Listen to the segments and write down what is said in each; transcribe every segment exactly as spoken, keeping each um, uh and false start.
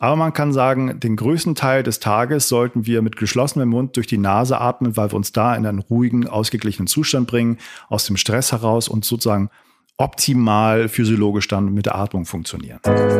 Aber man kann sagen, den größten Teil des Tages sollten wir mit geschlossenem Mund durch die Nase atmen, weil wir uns da in einen ruhigen, ausgeglichenen Zustand bringen, aus dem Stress heraus und sozusagen optimal physiologisch dann mit der Atmung funktionieren.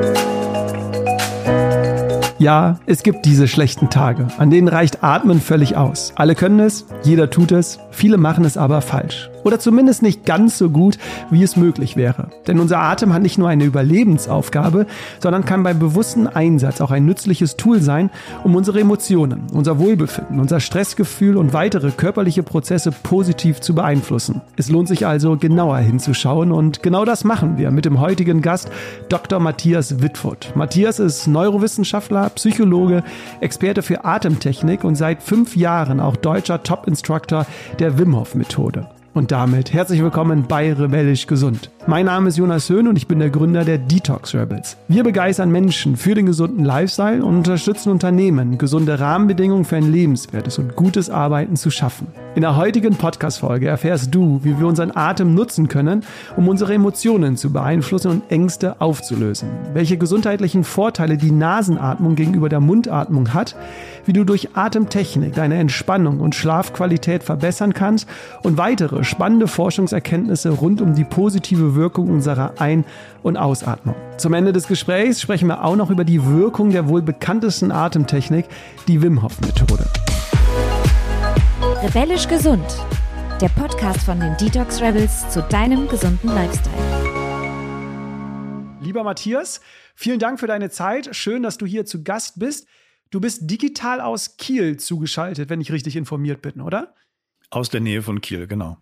Ja, es gibt diese schlechten Tage, an denen reicht Atmen völlig aus. Alle können es, jeder tut es, viele machen es aber falsch. Oder zumindest nicht ganz so gut, wie es möglich wäre. Denn unser Atem hat nicht nur eine Überlebensaufgabe, sondern kann beim bewussten Einsatz auch ein nützliches Tool sein, um unsere Emotionen, unser Wohlbefinden, unser Stressgefühl und weitere körperliche Prozesse positiv zu beeinflussen. Es lohnt sich also, genauer hinzuschauen und genau das machen wir mit dem heutigen Gast, Doktor Matthias Wittfurt. Matthias ist Neurowissenschaftler, Psychologe, Experte für Atemtechnik und seit fünf Jahren auch deutscher Top-Instructor der Wim Hof Methode. Und damit herzlich willkommen bei Rebellisch Gesund. Mein Name ist Jonas Höhn und ich bin der Gründer der Detox Rebels. Wir begeistern Menschen für den gesunden Lifestyle und unterstützen Unternehmen, gesunde Rahmenbedingungen für ein lebenswertes und gutes Arbeiten zu schaffen. In der heutigen Podcast-Folge erfährst du, wie wir unseren Atem nutzen können, um unsere Emotionen zu beeinflussen und Ängste aufzulösen. Welche gesundheitlichen Vorteile die Nasenatmung gegenüber der Mundatmung hat, wie du durch Atemtechnik deine Entspannung und Schlafqualität verbessern kannst und weitere spannende Forschungserkenntnisse rund um die positive Wirkung unserer Ein- und Ausatmung. Zum Ende des Gesprächs sprechen wir auch noch über die Wirkung der wohl bekanntesten Atemtechnik, die Wim Hof Methode. Rebellisch Gesund, der Podcast von den Detox Rebels zu deinem gesunden Lifestyle. Lieber Matthias, vielen Dank für deine Zeit. Schön, dass du hier zu Gast bist. Du bist digital aus Kiel zugeschaltet, wenn ich richtig informiert bin, oder? Aus der Nähe von Kiel, genau.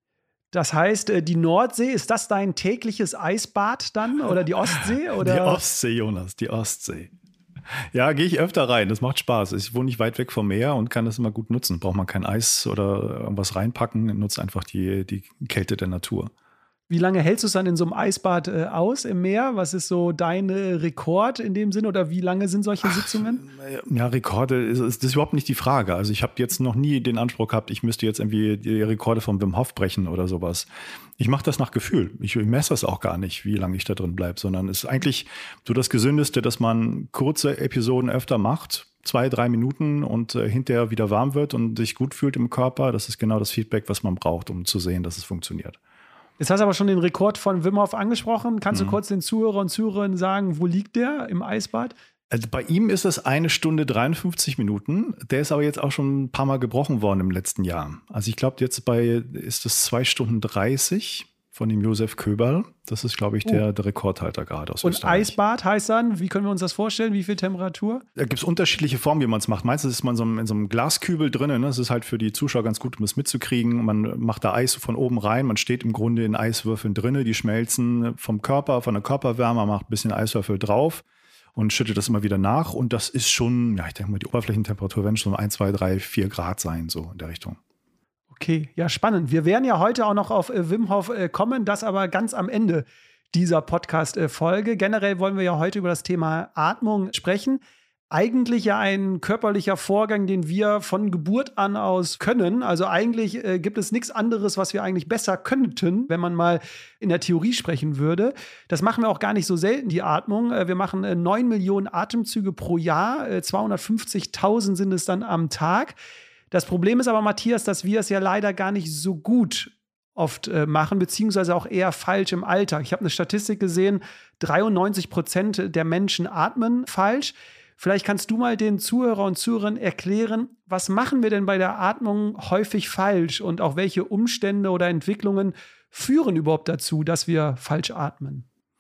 Das heißt, die Nordsee, ist das dein tägliches Eisbad dann? Oder die Ostsee? Oder? Die Ostsee, Jonas, die Ostsee. Ja, gehe ich öfter rein, das macht Spaß. Ich wohne nicht weit weg vom Meer und kann das immer gut nutzen. Braucht man kein Eis oder irgendwas reinpacken, nutzt einfach die, die Kälte der Natur. Wie lange hältst du es dann in so einem Eisbad äh, aus im Meer? Was ist so dein äh, Rekord in dem Sinn? Oder wie lange sind solche Sitzungen? Ach, ja, Rekorde, ist, ist, das ist überhaupt nicht die Frage. Also ich habe jetzt noch nie den Anspruch gehabt, ich müsste jetzt irgendwie die Rekorde von Wim Hof brechen oder sowas. Ich mache das nach Gefühl. Ich messe das auch gar nicht, wie lange ich da drin bleibe, sondern es ist eigentlich so das Gesündeste, dass man kurze Episoden öfter macht. Zwei, drei Minuten und äh, hinterher wieder warm wird und sich gut fühlt im Körper. Das ist genau das Feedback, was man braucht, um zu sehen, dass es funktioniert. Jetzt hast du aber schon den Rekord von Wim Hof angesprochen. Kannst mhm. du kurz den Zuhörer und Zuhörerinnen sagen, wo liegt der im Eisbad? Also bei ihm ist es eine Stunde dreiundfünfzig Minuten. Der ist aber jetzt auch schon ein paar Mal gebrochen worden im letzten Jahr. Also ich glaube, jetzt bei ist es zwei Stunden dreißig von dem Josef Köberl. Das ist, glaube ich, der, der Rekordhalter gerade aus und Österreich. Und Eisbad heißt dann, wie können wir uns das vorstellen? Wie viel Temperatur? Da gibt es unterschiedliche Formen, wie man es macht. Meistens ist man so in so einem Glaskübel drin. Ne? Das ist halt für die Zuschauer ganz gut, um das mitzukriegen. Man macht da Eis von oben rein. Man steht im Grunde in Eiswürfeln drin. Die schmelzen vom Körper, von der Körperwärme. Man macht ein bisschen Eiswürfel drauf und schüttet das immer wieder nach. Und das ist schon, ja, ich denke mal, die Oberflächentemperatur werden schon ein, zwei, drei, vier Grad sein, so in der Richtung. Okay, ja, spannend. Wir werden ja heute auch noch auf äh, Wim Hof äh, kommen, das aber ganz am Ende dieser Podcast-Folge. Äh, Generell wollen wir ja heute über das Thema Atmung sprechen. Eigentlich ja ein körperlicher Vorgang, den wir von Geburt an aus können. Also eigentlich äh, gibt es nichts anderes, was wir eigentlich besser könnten, wenn man mal in der Theorie sprechen würde. Das machen wir auch gar nicht so selten, die Atmung. Äh, wir machen äh, neun Millionen Atemzüge pro Jahr, äh, zweihundertfünfzigtausend sind es dann am Tag. Das Problem ist aber, Matthias, dass wir es ja leider gar nicht so gut oft äh, machen, beziehungsweise auch eher falsch im Alltag. Ich habe eine Statistik gesehen, dreiundneunzig Prozent der Menschen atmen falsch. Vielleicht kannst du mal den Zuhörer und Zuhörern erklären, was machen wir denn bei der Atmung häufig falsch und auch welche Umstände oder Entwicklungen führen überhaupt dazu, dass wir falsch atmen?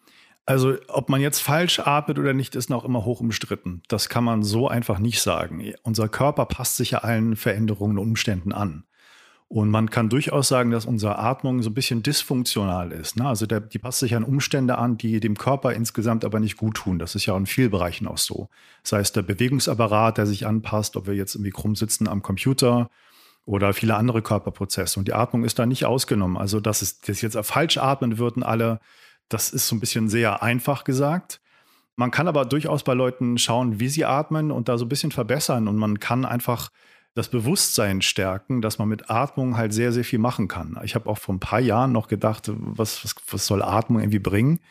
Also ob man jetzt falsch atmet oder nicht, ist noch immer hoch umstritten. Das kann man so einfach nicht sagen. Unser Körper passt sich ja allen Veränderungen und Umständen an. Und man kann durchaus sagen, dass unsere Atmung so ein bisschen dysfunktional ist. Ne? Also der, die passt sich an Umstände an, die dem Körper insgesamt aber nicht gut tun. Das ist ja in vielen Bereichen auch so. Sei es der Bewegungsapparat, der sich anpasst, ob wir jetzt irgendwie krumm sitzen am Computer oder viele andere Körperprozesse. Und die Atmung ist da nicht ausgenommen. Also dass es dass jetzt falsch atmen würden alle, das ist so ein bisschen sehr einfach gesagt. Man kann aber durchaus bei Leuten schauen, wie sie atmen und da so ein bisschen verbessern. Und man kann einfach das Bewusstsein stärken, dass man mit Atmung halt sehr, sehr viel machen kann. Ich habe auch vor ein paar Jahren noch gedacht, was, was, was soll Atmung irgendwie bringen?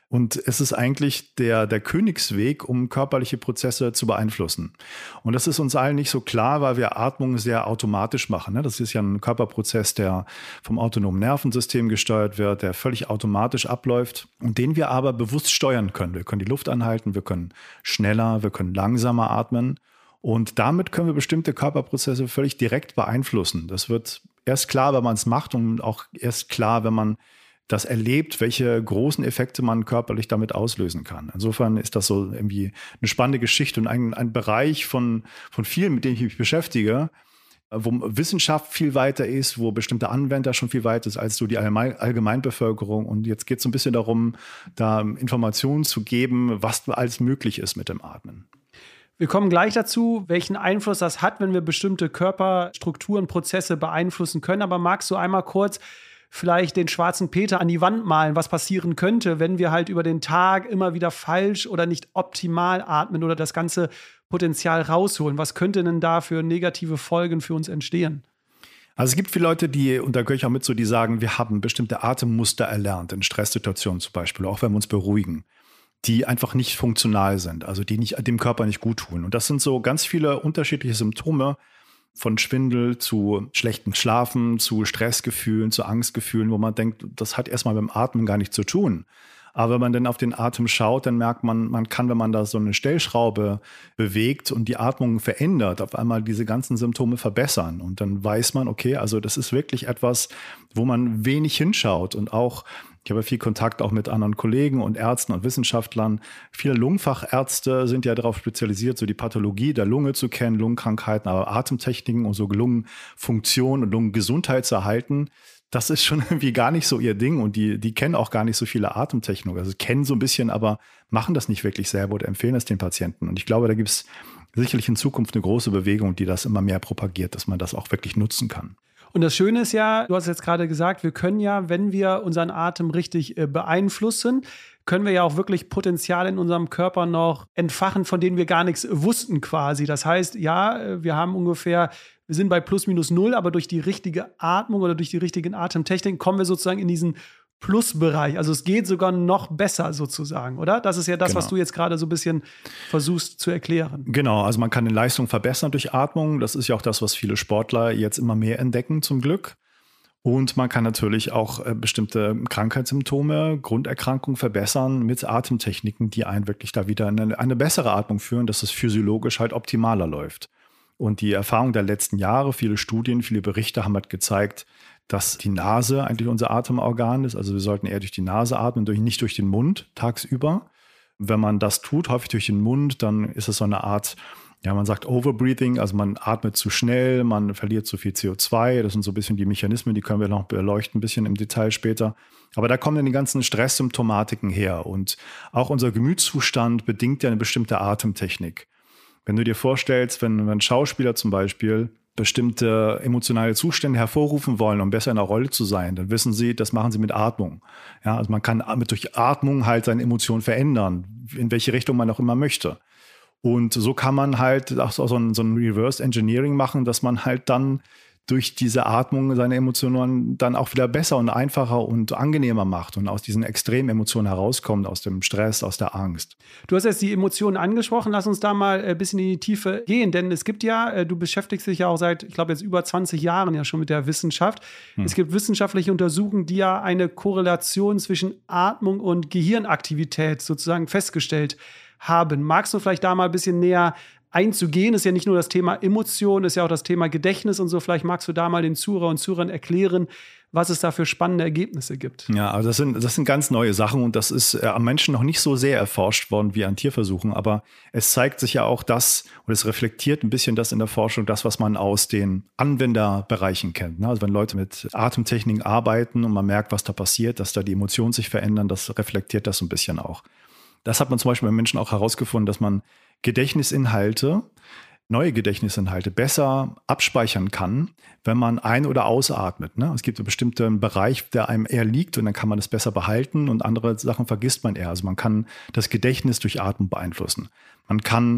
Und es ist eigentlich der, der Königsweg, um körperliche Prozesse zu beeinflussen. Und das ist uns allen nicht so klar, weil wir Atmung sehr automatisch machen. Das ist ja ein Körperprozess, der vom autonomen Nervensystem gesteuert wird, der völlig automatisch abläuft und den wir aber bewusst steuern können. Wir können die Luft anhalten, wir können schneller, wir können langsamer atmen. Und damit können wir bestimmte Körperprozesse völlig direkt beeinflussen. Das wird erst klar, wenn man es macht und auch erst klar, wenn man das erlebt, welche großen Effekte man körperlich damit auslösen kann. Insofern ist das so irgendwie eine spannende Geschichte und ein, ein Bereich von, von vielen, mit denen ich mich beschäftige, wo Wissenschaft viel weiter ist, wo bestimmte Anwender schon viel weiter ist als so die Allgemeinbevölkerung. Und jetzt geht es so ein bisschen darum, da Informationen zu geben, was alles möglich ist mit dem Atmen. Wir kommen gleich dazu, welchen Einfluss das hat, wenn wir bestimmte Körperstrukturen, Prozesse beeinflussen können. Aber magst du einmal kurz vielleicht den schwarzen Peter an die Wand malen, was passieren könnte, wenn wir halt über den Tag immer wieder falsch oder nicht optimal atmen oder das ganze Potenzial rausholen? Was könnte denn da für negative Folgen für uns entstehen? Also es gibt viele Leute, die, und da gehöre ich auch mit so, die sagen, wir haben bestimmte Atemmuster erlernt, in Stresssituationen zum Beispiel, auch wenn wir uns beruhigen, die einfach nicht funktional sind, also die nicht, dem Körper nicht gut tun. Und das sind so ganz viele unterschiedliche Symptome, von Schwindel zu schlechtem Schlafen, zu Stressgefühlen, zu Angstgefühlen, wo man denkt, das hat erstmal mit dem Atmen gar nichts zu tun. Aber wenn man dann auf den Atem schaut, dann merkt man, man kann, wenn man da so eine Stellschraube bewegt und die Atmung verändert, auf einmal diese ganzen Symptome verbessern. Und dann weiß man, okay, also das ist wirklich etwas, wo man wenig hinschaut. Und auch, ich habe viel Kontakt auch mit anderen Kollegen und Ärzten und Wissenschaftlern. Viele Lungenfachärzte sind ja darauf spezialisiert, so die Pathologie der Lunge zu kennen, Lungenkrankheiten, aber Atemtechniken und so Lungenfunktion und Lungengesundheit zu erhalten. Das ist schon irgendwie gar nicht so ihr Ding und die, die kennen auch gar nicht so viele Atemtechniken. Also kennen so ein bisschen, aber machen das nicht wirklich selber oder empfehlen es den Patienten. Und ich glaube, da gibt es sicherlich in Zukunft eine große Bewegung, die das immer mehr propagiert, dass man das auch wirklich nutzen kann. Und das Schöne ist ja, du hast jetzt gerade gesagt, wir können ja, wenn wir unseren Atem richtig äh, beeinflussen, können wir ja auch wirklich Potenziale in unserem Körper noch entfachen, von denen wir gar nichts wussten quasi. Das heißt, ja, wir haben ungefähr, wir sind bei plus minus null, aber durch die richtige Atmung oder durch die richtigen Atemtechniken kommen wir sozusagen in diesen Plusbereich. Also es geht sogar noch besser sozusagen, oder? Das ist ja das, genau, was du jetzt gerade so ein bisschen versuchst zu erklären. Genau, also man kann die Leistung verbessern durch Atmung. Das ist ja auch das, was viele Sportler jetzt immer mehr entdecken, zum Glück. Und man kann natürlich auch äh, bestimmte Krankheitssymptome, Grunderkrankungen verbessern mit Atemtechniken, die einen wirklich da wieder in eine, eine bessere Atmung führen, dass es physiologisch halt optimaler läuft. Und die Erfahrung der letzten Jahre, viele Studien, viele Berichte haben halt gezeigt, dass die Nase eigentlich unser Atemorgan ist. Also wir sollten eher durch die Nase atmen, durch, nicht durch den Mund tagsüber. Wenn man das tut, häufig durch den Mund, dann ist es so eine Art, ja, man sagt Overbreathing, also man atmet zu schnell, man verliert zu viel C O zwei. Das sind so ein bisschen die Mechanismen, die können wir noch beleuchten, ein bisschen im Detail später. Aber da kommen dann die ganzen Stresssymptomatiken her. Und auch unser Gemütszustand bedingt ja eine bestimmte Atemtechnik. Wenn du dir vorstellst, wenn, wenn Schauspieler zum Beispiel bestimmte emotionale Zustände hervorrufen wollen, um besser in der Rolle zu sein, dann wissen sie, das machen sie mit Atmung. Ja, also man kann mit durch Atmung halt seine Emotionen verändern, in welche Richtung man auch immer möchte. Und so kann man halt auch so ein, so ein Reverse Engineering machen, dass man halt dann durch diese Atmung seine Emotionen dann auch wieder besser und einfacher und angenehmer macht und aus diesen extremen Emotionen herauskommt, aus dem Stress, aus der Angst. Du hast jetzt die Emotionen angesprochen. Lass uns da mal ein bisschen in die Tiefe gehen, denn es gibt ja, du beschäftigst dich ja auch seit, ich glaube jetzt über zwanzig Jahren ja schon mit der Wissenschaft. Hm. Es gibt wissenschaftliche Untersuchungen, die ja eine Korrelation zwischen Atmung und Gehirnaktivität sozusagen festgestellt haben. Magst du vielleicht da mal ein bisschen näher einzugehen? Ist ja nicht nur das Thema Emotion, ist ja auch das Thema Gedächtnis und so. Vielleicht magst du da mal den Zuhörer und Zuhörern erklären, was es da für spannende Ergebnisse gibt. Ja, also das sind, das sind ganz neue Sachen und das ist äh, am Menschen noch nicht so sehr erforscht worden wie an Tierversuchen, aber es zeigt sich ja auch das und es reflektiert ein bisschen das in der Forschung, das, was man aus den Anwenderbereichen kennt. Ne? Also wenn Leute mit Atemtechniken arbeiten und man merkt, was da passiert, dass da die Emotionen sich verändern, das reflektiert das so ein bisschen auch. Das hat man zum Beispiel bei Menschen auch herausgefunden, dass man Gedächtnisinhalte, neue Gedächtnisinhalte besser abspeichern kann, wenn man ein- oder ausatmet. Ne? Es gibt einen bestimmten Bereich, der einem eher liegt und dann kann man das besser behalten und andere Sachen vergisst man eher. Also man kann das Gedächtnis durch Atmen beeinflussen. Man kann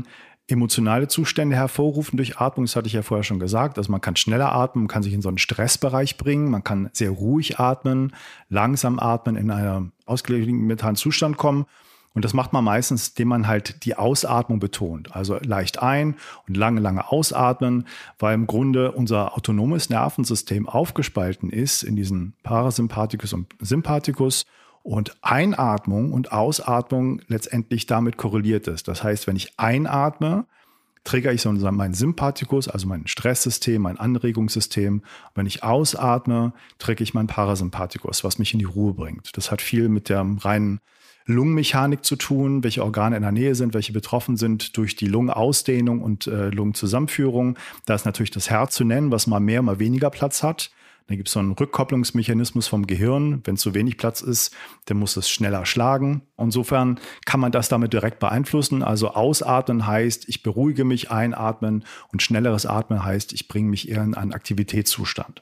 emotionale Zustände hervorrufen durch Atmung. Das hatte ich ja vorher schon gesagt. Also man kann schneller atmen, man kann sich in so einen Stressbereich bringen, man kann sehr ruhig atmen, langsam atmen, in einen ausgeglichenen mentalen Zustand kommen. Und das macht man meistens, indem man halt die Ausatmung betont. Also leicht ein- und lange, lange ausatmen, weil im Grunde unser autonomes Nervensystem aufgespalten ist in diesen Parasympathikus und Sympathikus. Und Einatmung und Ausatmung letztendlich damit korreliert ist. Das heißt, wenn ich einatme, triggere ich so meinen Sympathikus, also mein Stresssystem, mein Anregungssystem. Wenn ich ausatme, triggere ich meinen Parasympathikus, was mich in die Ruhe bringt. Das hat viel mit der reinen Lungenmechanik zu tun, welche Organe in der Nähe sind, welche betroffen sind durch die Lungenausdehnung und äh, Lungenzusammenführung. Da ist natürlich das Herz zu nennen, was mal mehr, mal weniger Platz hat. Da gibt es so einen Rückkopplungsmechanismus vom Gehirn. Wenn zu wenig Platz ist, dann muss es schneller schlagen. Insofern kann man das damit direkt beeinflussen. Also ausatmen heißt, ich beruhige mich, einatmen, und schnelleres Atmen heißt, ich bringe mich eher in einen Aktivitätszustand.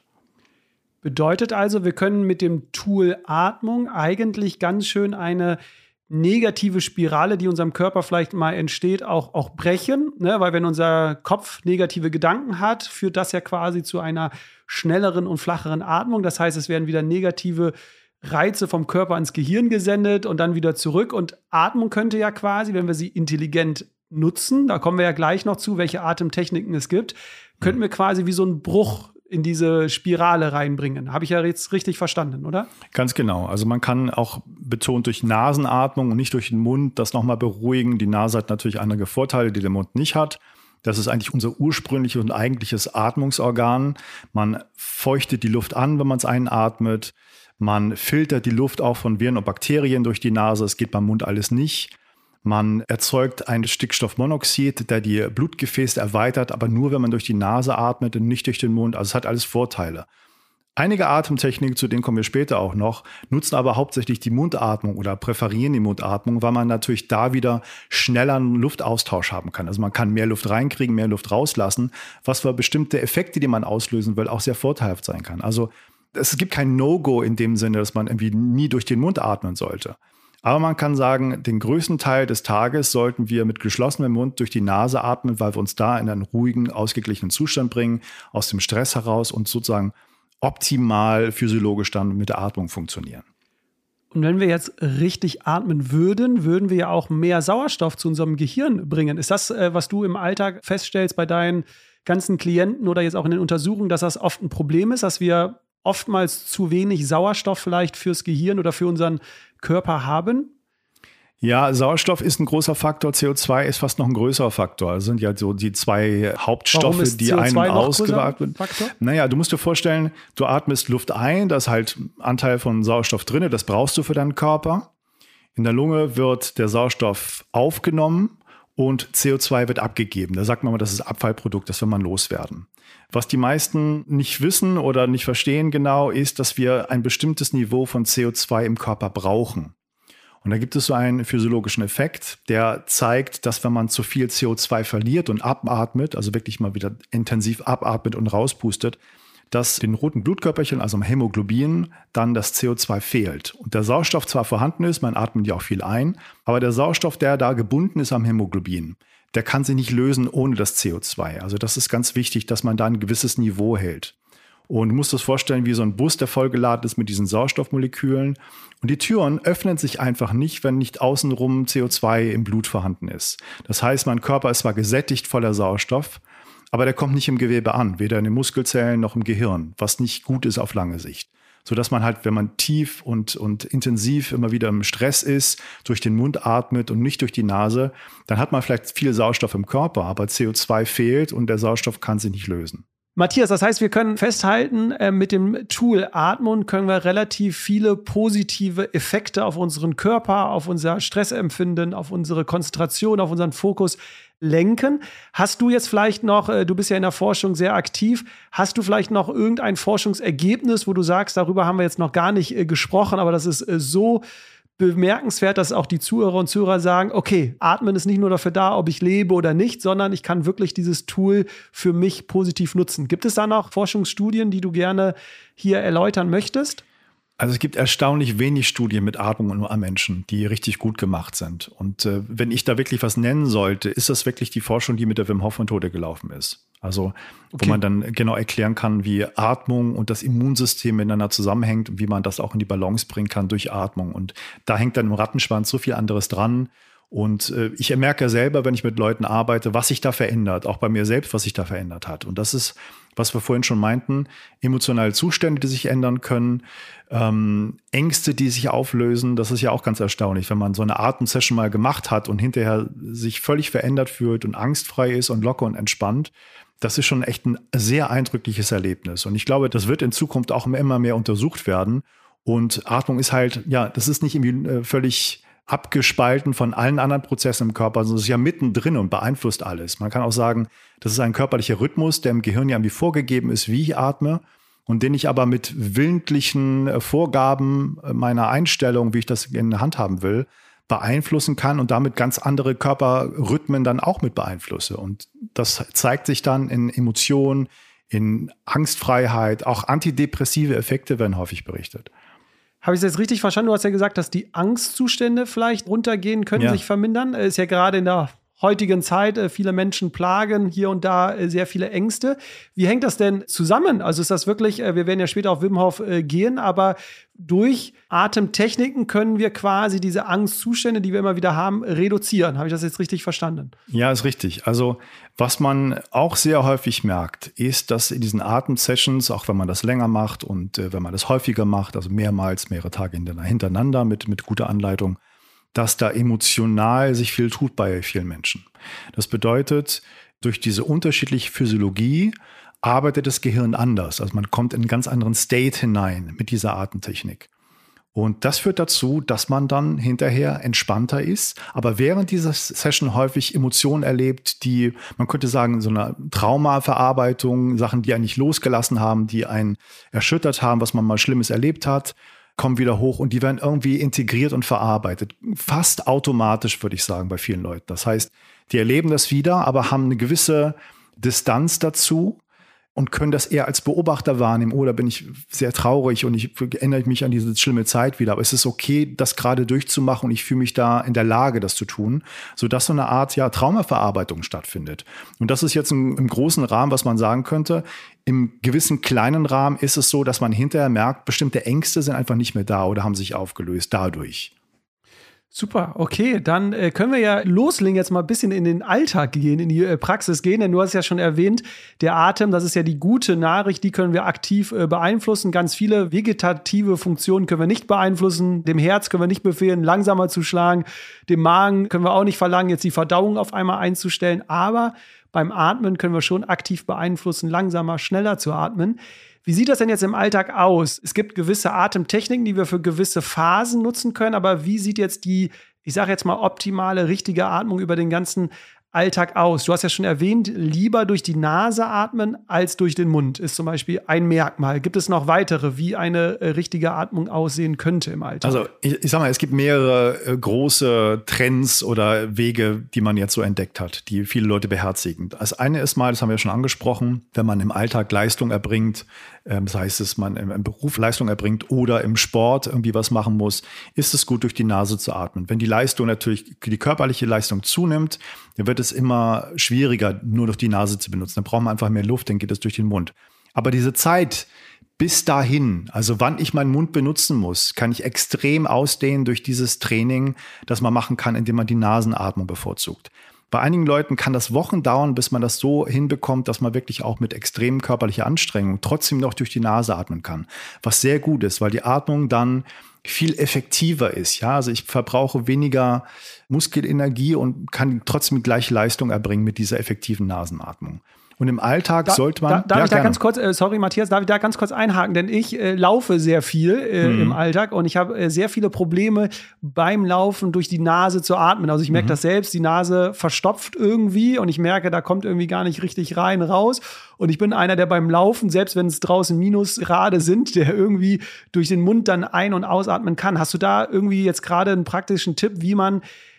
Bedeutet also, wir können mit dem Tool Atmung eigentlich ganz schön eine negative Spirale, die unserem Körper vielleicht mal entsteht, auch, auch brechen. Ne? Weil wenn unser Kopf negative Gedanken hat, führt das ja quasi zu einer schnelleren und flacheren Atmung. Das heißt, es werden wieder negative Reize vom Körper ins Gehirn gesendet und dann wieder zurück. Und Atmung könnte ja quasi, wenn wir sie intelligent nutzen, da kommen wir ja gleich noch zu, welche Atemtechniken es gibt, könnten wir quasi wie so einen Bruch in diese Spirale reinbringen. Habe ich ja jetzt richtig verstanden, oder? Ganz genau. Also man kann auch betont durch Nasenatmung und nicht durch den Mund das nochmal beruhigen. Die Nase hat natürlich einige Vorteile, die der Mund nicht hat. Das ist eigentlich unser ursprüngliches und eigentliches Atmungsorgan. Man feuchtet die Luft an, wenn man es einatmet. Man filtert die Luft auch von Viren und Bakterien durch die Nase. Das geht beim Mund alles nicht. Man erzeugt ein Stickstoffmonoxid, der die Blutgefäße erweitert, aber nur, wenn man durch die Nase atmet und nicht durch den Mund. Also es hat alles Vorteile. Einige Atemtechniken, zu denen kommen wir später auch noch, nutzen aber hauptsächlich die Mundatmung oder präferieren die Mundatmung, weil man natürlich da wieder schneller einen Luftaustausch haben kann. Also man kann mehr Luft reinkriegen, mehr Luft rauslassen, was für bestimmte Effekte, die man auslösen will, auch sehr vorteilhaft sein kann. Also es gibt kein No-Go in dem Sinne, dass man irgendwie nie durch den Mund atmen sollte. Aber man kann sagen, den größten Teil des Tages sollten wir mit geschlossenem Mund durch die Nase atmen, weil wir uns da in einen ruhigen, ausgeglichenen Zustand bringen, aus dem Stress heraus und sozusagen optimal physiologisch dann mit der Atmung funktionieren. Und wenn wir jetzt richtig atmen würden, würden wir ja auch mehr Sauerstoff zu unserem Gehirn bringen. Ist das, was du im Alltag feststellst bei deinen ganzen Klienten oder jetzt auch in den Untersuchungen, dass das oft ein Problem ist, dass wir oftmals zu wenig Sauerstoff vielleicht fürs Gehirn oder für unseren Körper haben? Ja, Sauerstoff ist ein großer Faktor, C O zwei ist fast noch ein größerer Faktor. Das sind ja so die zwei Hauptstoffe, die ein- und ausgeatmet werden. Naja, du musst dir vorstellen, du atmest Luft ein, da ist halt Anteil von Sauerstoff drin, das brauchst du für deinen Körper. In der Lunge wird der Sauerstoff aufgenommen und C O zwei wird abgegeben. Da sagt man mal, das ist Abfallprodukt, das will man loswerden. Was die meisten nicht wissen oder nicht verstehen genau, ist, dass wir ein bestimmtes Niveau von C O zwei im Körper brauchen. Und da gibt es so einen physiologischen Effekt, der zeigt, dass wenn man zu viel C O zwei verliert und abatmet, also wirklich mal wieder intensiv abatmet und rauspustet, dass den roten Blutkörperchen, also am Hämoglobin, dann das C O zwei fehlt. Und der Sauerstoff zwar vorhanden ist, man atmet ja auch viel ein, aber der Sauerstoff, der da gebunden ist am Hämoglobin, der kann sich nicht lösen ohne das C O zwei. Also das ist ganz wichtig, dass man da ein gewisses Niveau hält. Und du musst das vorstellen wie so ein Bus, der vollgeladen ist mit diesen Sauerstoffmolekülen. Und die Türen öffnen sich einfach nicht, wenn nicht außenrum C O zwei im Blut vorhanden ist. Das heißt, mein Körper ist zwar gesättigt voller Sauerstoff, aber der kommt nicht im Gewebe an, weder in den Muskelzellen noch im Gehirn, was nicht gut ist auf lange Sicht. Sodass man halt, wenn man tief und, und intensiv immer wieder im Stress ist, durch den Mund atmet und nicht durch die Nase, dann hat man vielleicht viel Sauerstoff im Körper, aber C O zwei fehlt und der Sauerstoff kann sich nicht lösen. Matthias, das heißt, wir können festhalten, äh, mit dem Tool Atmung können wir relativ viele positive Effekte auf unseren Körper, auf unser Stressempfinden, auf unsere Konzentration, auf unseren Fokus lenken. Hast du jetzt vielleicht noch, äh, du bist ja in der Forschung sehr aktiv, hast du vielleicht noch irgendein Forschungsergebnis, wo du sagst, darüber haben wir jetzt noch gar nicht äh, gesprochen, aber das ist äh, so bemerkenswert, dass auch die Zuhörer und Zuhörer sagen, okay, Atmen ist nicht nur dafür da, ob ich lebe oder nicht, sondern ich kann wirklich dieses Tool für mich positiv nutzen. Gibt es da noch Forschungsstudien, die du gerne hier erläutern möchtest? Also es gibt erstaunlich wenig Studien mit Atmung nur an Menschen, die richtig gut gemacht sind. Und äh, wenn ich da wirklich was nennen sollte, ist das wirklich die Forschung, die mit der Wim Hof Methode gelaufen ist. Also okay. Wo man dann genau erklären kann, wie Atmung und das Immunsystem miteinander zusammenhängt und wie man das auch in die Balance bringen kann durch Atmung. Und da hängt dann im Rattenschwanz so viel anderes dran. Und äh, ich merke selber, wenn ich mit Leuten arbeite, was sich da verändert, auch bei mir selbst, was sich da verändert hat. Und das ist, was wir vorhin schon meinten, emotionale Zustände, die sich ändern können, ähm, Ängste, die sich auflösen. Das ist ja auch ganz erstaunlich, wenn man so eine Atemsession mal gemacht hat und hinterher sich völlig verändert fühlt und angstfrei ist und locker und entspannt. Das ist schon echt ein sehr eindrückliches Erlebnis. Und ich glaube, das wird in Zukunft auch immer mehr untersucht werden. Und Atmung ist halt, ja, das ist nicht irgendwie äh, völlig abgespalten von allen anderen Prozessen im Körper, sondern es ist ja mittendrin und beeinflusst alles. Man kann auch sagen, das ist ein körperlicher Rhythmus, der im Gehirn ja irgendwie vorgegeben ist, wie ich atme und den ich aber mit willentlichen Vorgaben meiner Einstellung, wie ich das in der Hand haben will, beeinflussen kann und damit ganz andere Körperrhythmen dann auch mit beeinflusse. Und das zeigt sich dann in Emotionen, in Angstfreiheit, auch antidepressive Effekte werden häufig berichtet. Habe ich es jetzt richtig verstanden? Du hast ja gesagt, dass die Angstzustände vielleicht runtergehen können, ja. sich vermindern. Ist ja gerade in der heutigen Zeit äh, viele Menschen plagen, hier und da äh, sehr viele Ängste. Wie hängt das denn zusammen? Also ist das wirklich, äh, wir werden ja später auf Wim Hof äh, gehen, aber durch Atemtechniken können wir quasi diese Angstzustände, die wir immer wieder haben, reduzieren. Habe ich das jetzt richtig verstanden? Ja, ist richtig. Also was man auch sehr häufig merkt, ist, dass in diesen Atemsessions, auch wenn man das länger macht und äh, wenn man das häufiger macht, also mehrmals, mehrere Tage hintereinander mit, mit guter Anleitung, dass da emotional sich viel tut bei vielen Menschen. Das bedeutet, durch diese unterschiedliche Physiologie arbeitet das Gehirn anders. Also man kommt in einen ganz anderen State hinein mit dieser Atemtechnik. Und das führt dazu, dass man dann hinterher entspannter ist, aber während dieser Session häufig Emotionen erlebt, die, man könnte sagen, so eine Traumaverarbeitung, Sachen, die einen nicht losgelassen haben, die einen erschüttert haben, was man mal Schlimmes erlebt hat, kommen wieder hoch und die werden irgendwie integriert und verarbeitet. Fast automatisch, würde ich sagen, bei vielen Leuten. Das heißt, die erleben das wieder, aber haben eine gewisse Distanz dazu und können das eher als Beobachter wahrnehmen. Oder bin ich sehr traurig und ich erinnere mich an diese schlimme Zeit wieder. Aber es ist okay, das gerade durchzumachen und ich fühle mich da in der Lage, das zu tun, sodass so eine Art ja, Traumaverarbeitung stattfindet. Und das ist jetzt im, im großen Rahmen, was man sagen könnte. Im gewissen kleinen Rahmen ist es so, dass man hinterher merkt, bestimmte Ängste sind einfach nicht mehr da oder haben sich aufgelöst dadurch. Super, okay, dann äh, können wir ja loslegen, jetzt mal ein bisschen in den Alltag gehen, in die äh, Praxis gehen, denn du hast ja schon erwähnt, der Atem, das ist ja die gute Nachricht, die können wir aktiv äh, beeinflussen. Ganz viele vegetative Funktionen können wir nicht beeinflussen, dem Herz können wir nicht befehlen, langsamer zu schlagen, dem Magen können wir auch nicht verlangen, jetzt die Verdauung auf einmal einzustellen, aber beim Atmen können wir schon aktiv beeinflussen, langsamer, schneller zu atmen. Wie sieht das denn jetzt im Alltag aus? Es gibt gewisse Atemtechniken, die wir für gewisse Phasen nutzen können, aber wie sieht jetzt die, ich sage jetzt mal, optimale, richtige Atmung über den ganzen Alltag aus? Du hast ja schon erwähnt, lieber durch die Nase atmen als durch den Mund ist zum Beispiel ein Merkmal. Gibt es noch weitere, wie eine äh, richtige Atmung aussehen könnte im Alltag? Also ich, ich sag mal, es gibt mehrere äh, große Trends oder Wege, die man jetzt so entdeckt hat, die viele Leute beherzigen. Das eine ist mal, das haben wir schon angesprochen, wenn man im Alltag Leistung erbringt, ähm, das heißt, dass man im, im Beruf Leistung erbringt oder im Sport irgendwie was machen muss, ist es gut, durch die Nase zu atmen. Wenn die Leistung natürlich, die körperliche Leistung zunimmt, dann wird es immer schwieriger, nur durch die Nase zu benutzen. Dann braucht man einfach mehr Luft, dann geht es durch den Mund. Aber diese Zeit bis dahin, also wann ich meinen Mund benutzen muss, kann ich extrem ausdehnen durch dieses Training, das man machen kann, indem man die Nasenatmung bevorzugt. Bei einigen Leuten kann das Wochen dauern, bis man das so hinbekommt, dass man wirklich auch mit extremen körperlicher Anstrengung trotzdem noch durch die Nase atmen kann. Was sehr gut ist, weil die Atmung dann viel effektiver ist. Ja, also ich verbrauche weniger Muskelenergie und kann trotzdem gleich Leistung erbringen mit dieser effektiven Nasenatmung. Und im Alltag da, sollte man... Da, darf ja, ich da gerne. ganz kurz, äh, sorry Matthias, darf ich da ganz kurz einhaken? Denn ich äh, laufe sehr viel äh, mhm. im Alltag und ich habe äh, sehr viele Probleme beim Laufen durch die Nase zu atmen. Also ich merke mhm. das selbst, die Nase verstopft irgendwie und ich merke, da kommt irgendwie gar nicht richtig rein, raus. Und ich bin einer, der beim Laufen, selbst wenn es draußen Minusgrade sind, der irgendwie durch den Mund dann ein- und ausatmen kann. Hast du da irgendwie jetzt gerade einen praktischen Tipp, wie man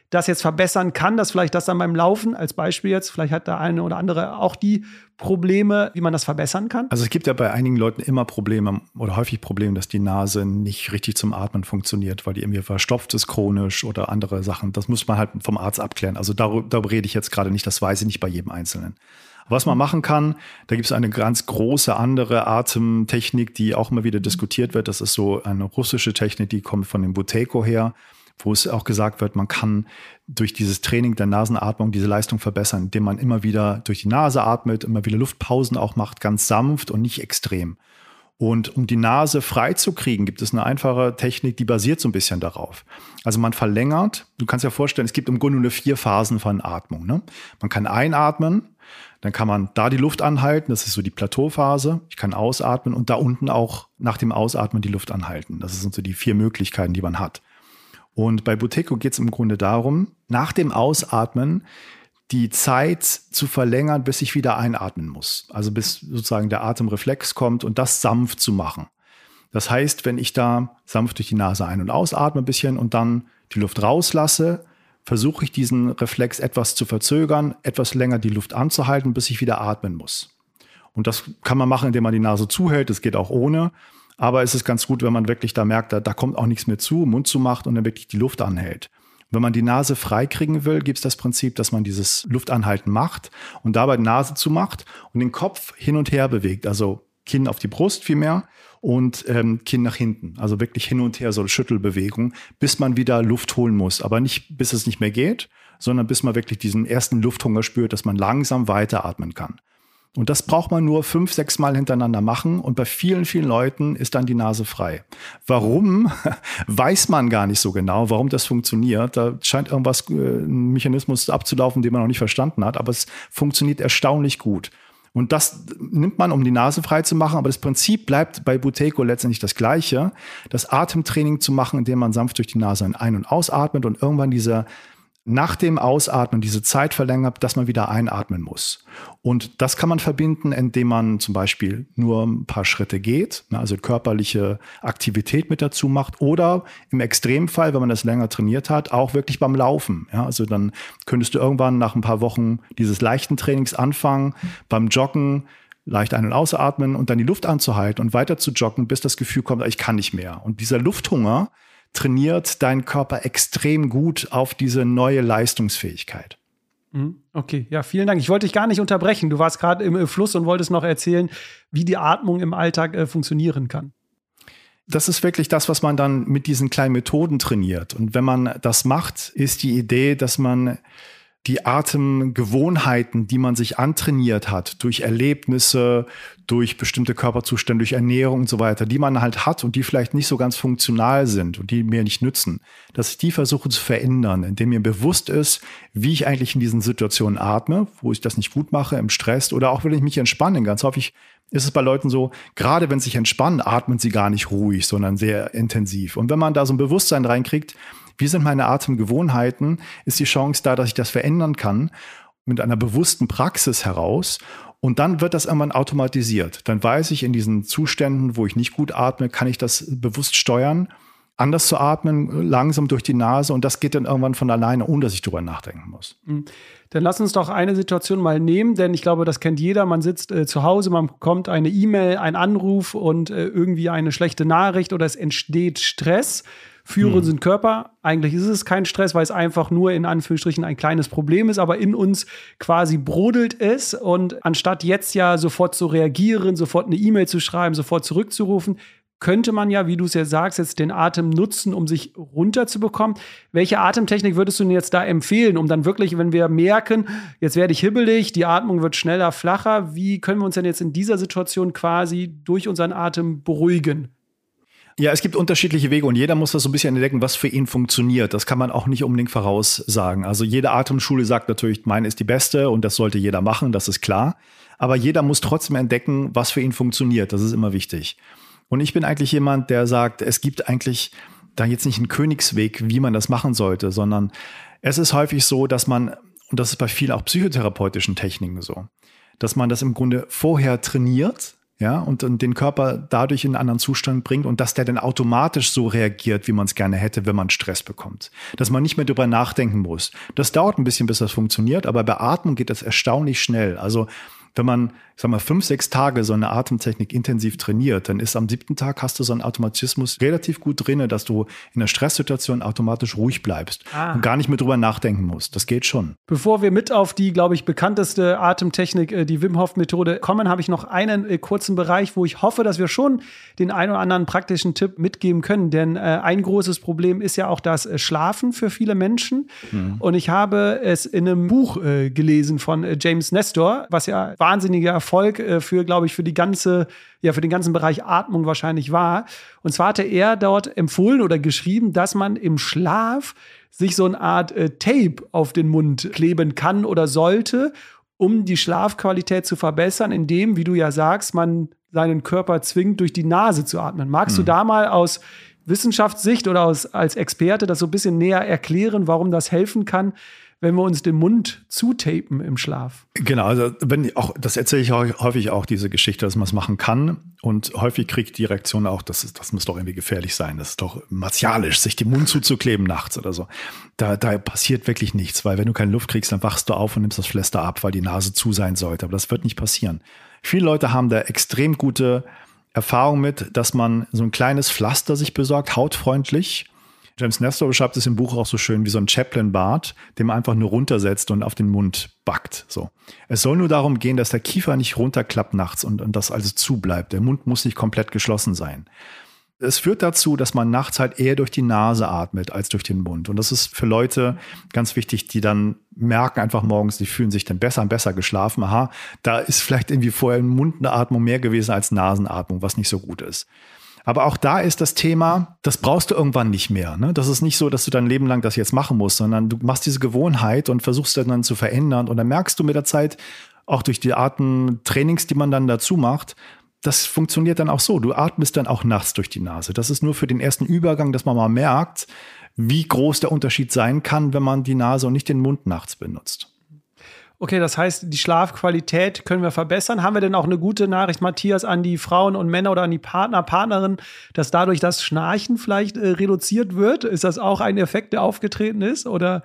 das jetzt verbessern kann, dass vielleicht das dann beim Laufen als Beispiel jetzt, vielleicht hat der eine oder andere auch die Probleme, wie man das verbessern kann? Also es gibt ja bei einigen Leuten immer Probleme oder häufig Probleme, dass die Nase nicht richtig zum Atmen funktioniert, weil die irgendwie verstopft ist chronisch oder andere Sachen. Das muss man halt vom Arzt abklären. Also darüber, darüber rede ich jetzt gerade nicht, das weiß ich nicht bei jedem Einzelnen. Was man machen kann, da gibt es eine ganz große andere Atemtechnik, die auch immer wieder diskutiert wird. Das ist so eine russische Technik, die kommt von dem Buteyko her, wo es auch gesagt wird, man kann durch dieses Training der Nasenatmung diese Leistung verbessern, indem man immer wieder durch die Nase atmet, immer wieder Luftpausen auch macht, ganz sanft und nicht extrem. Und um die Nase frei zu kriegen, gibt es eine einfache Technik, die basiert so ein bisschen darauf. Also man verlängert, du kannst dir vorstellen, es gibt im Grunde nur vier Phasen von Atmung. Ne? Man kann einatmen, dann kann man da die Luft anhalten, das ist so die Plateauphase. Ich kann ausatmen und da unten auch nach dem Ausatmen die Luft anhalten. Das sind so die vier Möglichkeiten, die man hat. Und bei Buteyko geht es im Grunde darum, nach dem Ausatmen die Zeit zu verlängern, bis ich wieder einatmen muss. Also bis sozusagen der Atemreflex kommt und das sanft zu machen. Das heißt, wenn ich da sanft durch die Nase ein- und ausatme ein bisschen und dann die Luft rauslasse, versuche ich diesen Reflex etwas zu verzögern, etwas länger die Luft anzuhalten, bis ich wieder atmen muss. Und das kann man machen, indem man die Nase zuhält. Das geht auch ohne. Aber es ist ganz gut, wenn man wirklich da merkt, da, da kommt auch nichts mehr zu, Mund zumacht und dann wirklich die Luft anhält. Wenn man die Nase freikriegen will, gibt es das Prinzip, dass man dieses Luftanhalten macht und dabei die Nase zumacht und den Kopf hin und her bewegt. Also Kinn auf die Brust vielmehr und ähm, Kinn nach hinten. Also wirklich hin und her, so eine Schüttelbewegung, bis man wieder Luft holen muss. Aber nicht, bis es nicht mehr geht, sondern bis man wirklich diesen ersten Lufthunger spürt, dass man langsam weiteratmen kann. Und das braucht man nur fünf, sechs Mal hintereinander machen. Und bei vielen, vielen Leuten ist dann die Nase frei. Warum, weiß man gar nicht so genau, warum das funktioniert. Da scheint irgendwas, äh, ein Mechanismus abzulaufen, den man noch nicht verstanden hat. Aber es funktioniert erstaunlich gut. Und das nimmt man, um die Nase frei zu machen. Aber das Prinzip bleibt bei Buteyko letztendlich das Gleiche. Das Atemtraining zu machen, indem man sanft durch die Nase ein- und ausatmet und irgendwann diese nach dem Ausatmen diese Zeit verlängert, dass man wieder einatmen muss. Und das kann man verbinden, indem man zum Beispiel nur ein paar Schritte geht, also körperliche Aktivität mit dazu macht oder im Extremfall, wenn man das länger trainiert hat, auch wirklich beim Laufen. Ja, also dann könntest du irgendwann nach ein paar Wochen dieses leichten Trainings anfangen, beim Joggen leicht ein- und ausatmen und dann die Luft anzuhalten und weiter zu joggen, bis das Gefühl kommt, ich kann nicht mehr. Und dieser Lufthunger trainiert deinen Körper extrem gut auf diese neue Leistungsfähigkeit. Okay, ja, vielen Dank. Ich wollte dich gar nicht unterbrechen. Du warst gerade im Fluss und wolltest noch erzählen, wie die Atmung im Alltag äh, funktionieren kann. Das ist wirklich das, was man dann mit diesen kleinen Methoden trainiert. Und wenn man das macht, ist die Idee, dass man die Atemgewohnheiten, die man sich antrainiert hat, durch Erlebnisse, durch bestimmte Körperzustände, durch Ernährung und so weiter, die man halt hat und die vielleicht nicht so ganz funktional sind und die mir nicht nützen, dass ich die versuche zu verändern, indem mir bewusst ist, wie ich eigentlich in diesen Situationen atme, wo ich das nicht gut mache, im Stress oder auch wenn ich mich entspanne. Ganz häufig ist es bei Leuten so, gerade wenn sie sich entspannen, atmen sie gar nicht ruhig, sondern sehr intensiv. Und wenn man da so ein Bewusstsein reinkriegt, wie sind meine Atemgewohnheiten, ist die Chance da, dass ich das verändern kann mit einer bewussten Praxis heraus. Und dann wird das irgendwann automatisiert. Dann weiß ich, in diesen Zuständen, wo ich nicht gut atme, kann ich das bewusst steuern, anders zu atmen, langsam durch die Nase. Und das geht dann irgendwann von alleine, ohne dass ich drüber nachdenken muss. Dann lass uns doch eine Situation mal nehmen, denn ich glaube, das kennt jeder. Man sitzt äh, zu Hause, man bekommt eine E-Mail, einen Anruf und äh, irgendwie eine schlechte Nachricht oder es entsteht Stress für hm. unseren Körper. Eigentlich ist es kein Stress, weil es einfach nur in Anführungsstrichen ein kleines Problem ist, aber in uns quasi brodelt es und anstatt jetzt ja sofort zu reagieren, sofort eine E-Mail zu schreiben, sofort zurückzurufen, könnte man ja, wie du es ja sagst, jetzt den Atem nutzen, um sich runterzubekommen. Welche Atemtechnik würdest du denn jetzt da empfehlen, um dann wirklich, wenn wir merken, jetzt werde ich hibbelig, die Atmung wird schneller, flacher, wie können wir uns denn jetzt in dieser Situation quasi durch unseren Atem beruhigen? Ja, es gibt unterschiedliche Wege und jeder muss das so ein bisschen entdecken, was für ihn funktioniert. Das kann man auch nicht unbedingt voraussagen. Also jede Atemschule sagt natürlich, meine ist die beste und das sollte jeder machen, das ist klar. Aber jeder muss trotzdem entdecken, was für ihn funktioniert. Das ist immer wichtig. Und ich bin eigentlich jemand, der sagt, es gibt eigentlich da jetzt nicht einen Königsweg, wie man das machen sollte, sondern es ist häufig so, dass man, und das ist bei vielen auch psychotherapeutischen Techniken so, dass man das im Grunde vorher trainiert, ja, und, und den Körper dadurch in einen anderen Zustand bringt und dass der dann automatisch so reagiert, wie man es gerne hätte, wenn man Stress bekommt. Dass man nicht mehr drüber nachdenken muss. Das dauert ein bisschen, bis das funktioniert, aber bei Atmung geht das erstaunlich schnell. Also wenn man, ich sag mal, fünf, sechs Tage so eine Atemtechnik intensiv trainiert, dann ist am siebten Tag hast du so einen Automatismus relativ gut drin, dass du in einer Stresssituation automatisch ruhig bleibst ah. und gar nicht mehr drüber nachdenken musst. Das geht schon. Bevor wir mit auf die, glaube ich, bekannteste Atemtechnik, die Wim Hof Methode kommen, habe ich noch einen äh, kurzen Bereich, wo ich hoffe, dass wir schon den einen oder anderen praktischen Tipp mitgeben können. Denn äh, ein großes Problem ist ja auch das äh, Schlafen für viele Menschen. Mhm. Und ich habe es in einem Buch äh, gelesen von äh, James Nestor, was ja wahnsinniger Erfolg äh, für, glaube ich, für die ganze, ja, für den ganzen Bereich Atmung wahrscheinlich war. Und zwar hatte er dort empfohlen oder geschrieben, dass man im Schlaf sich so eine Art äh, Tape auf den Mund kleben kann oder sollte, um die Schlafqualität zu verbessern, indem, wie du ja sagst, man seinen Körper zwingt, durch die Nase zu atmen. Magst mhm. du da mal aus Wissenschaftssicht oder aus, als Experte das so ein bisschen näher erklären, warum das helfen kann, wenn wir uns den Mund zutapen im Schlaf? Genau, also wenn auch, das erzähle ich häufig auch, diese Geschichte, dass man es machen kann. Und häufig kriegt die Reaktion auch, das, ist, das muss doch irgendwie gefährlich sein. Das ist doch martialisch, sich den Mund zuzukleben nachts oder so. Da, da passiert wirklich nichts, weil wenn du keine Luft kriegst, dann wachst du auf und nimmst das Pflaster ab, weil die Nase zu sein sollte. Aber das wird nicht passieren. Viele Leute haben da extrem gute Erfahrung mit, dass man so ein kleines Pflaster sich besorgt, hautfreundlich. James Nestor beschreibt es im Buch auch so schön wie so ein Chaplin-Bart, den man einfach nur runtersetzt und auf den Mund backt. So. Es soll nur darum gehen, dass der Kiefer nicht runterklappt nachts und, und das also zubleibt. Der Mund muss nicht komplett geschlossen sein. Es führt dazu, dass man nachts halt eher durch die Nase atmet als durch den Mund. Und das ist für Leute ganz wichtig, die dann merken einfach morgens, die fühlen sich dann besser und besser geschlafen. Aha, da ist vielleicht irgendwie vorher Mundatmung mehr gewesen als Nasenatmung, was nicht so gut ist. Aber auch da ist das Thema, das brauchst du irgendwann nicht mehr. Ne? Das ist nicht so, dass du dein Leben lang das jetzt machen musst, sondern du machst diese Gewohnheit und versuchst das dann zu verändern. Und dann merkst du mit der Zeit, auch durch die Atemtrainings, die man dann dazu macht, das funktioniert dann auch so. Du atmest dann auch nachts durch die Nase. Das ist nur für den ersten Übergang, dass man mal merkt, wie groß der Unterschied sein kann, wenn man die Nase und nicht den Mund nachts benutzt. Okay, das heißt, die Schlafqualität können wir verbessern. Haben wir denn auch eine gute Nachricht, Matthias, an die Frauen und Männer oder an die Partner, Partnerinnen, dass dadurch das Schnarchen vielleicht äh, reduziert wird? Ist das auch ein Effekt, der aufgetreten ist, oder?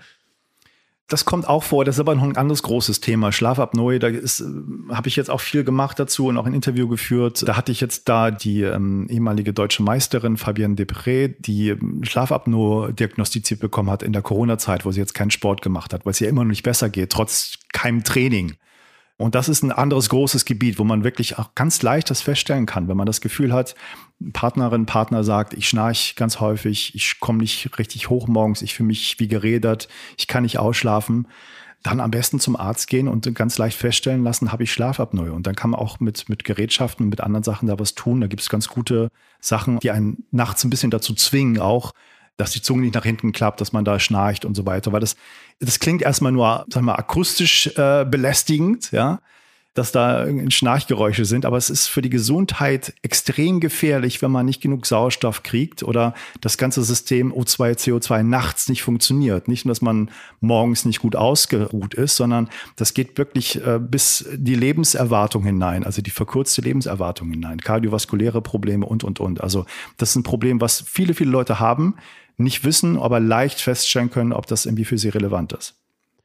Das kommt auch vor, das ist aber noch ein anderes großes Thema. Schlafapnoe, da ist, äh, habe ich jetzt auch viel gemacht dazu und auch ein Interview geführt. Da hatte ich jetzt da die ähm, ehemalige deutsche Meisterin Fabienne Depré, die ähm, Schlafapnoe diagnostiziert bekommen hat in der Corona-Zeit, wo sie jetzt keinen Sport gemacht hat, weil es ja immer noch nicht besser geht, trotz keinem Training. Und das ist ein anderes großes Gebiet, wo man wirklich auch ganz leicht das feststellen kann, wenn man das Gefühl hat, Partnerin, Partner sagt, ich schnarche ganz häufig, ich komme nicht richtig hoch morgens, ich fühle mich wie gerädert, ich kann nicht ausschlafen, dann am besten zum Arzt gehen und ganz leicht feststellen lassen, habe ich Schlafapnoe. Und dann kann man auch mit, mit Gerätschaften, mit anderen Sachen da was tun. Da gibt es ganz gute Sachen, die einen nachts ein bisschen dazu zwingen, auch dass die Zunge nicht nach hinten klappt, dass man da schnarcht und so weiter. Weil das, das klingt erstmal nur, sagen wir mal, akustisch äh, belästigend, ja, dass da Schnarchgeräusche sind. Aber es ist für die Gesundheit extrem gefährlich, wenn man nicht genug Sauerstoff kriegt oder das ganze System O zwei, C O zwei nachts nicht funktioniert. Nicht nur, dass man morgens nicht gut ausgeruht ist, sondern das geht wirklich äh, bis die Lebenserwartung hinein, also die verkürzte Lebenserwartung hinein, kardiovaskuläre Probleme und, und, und. Also das ist ein Problem, was viele, viele Leute haben, nicht wissen, aber leicht feststellen können, ob das irgendwie für sie relevant ist.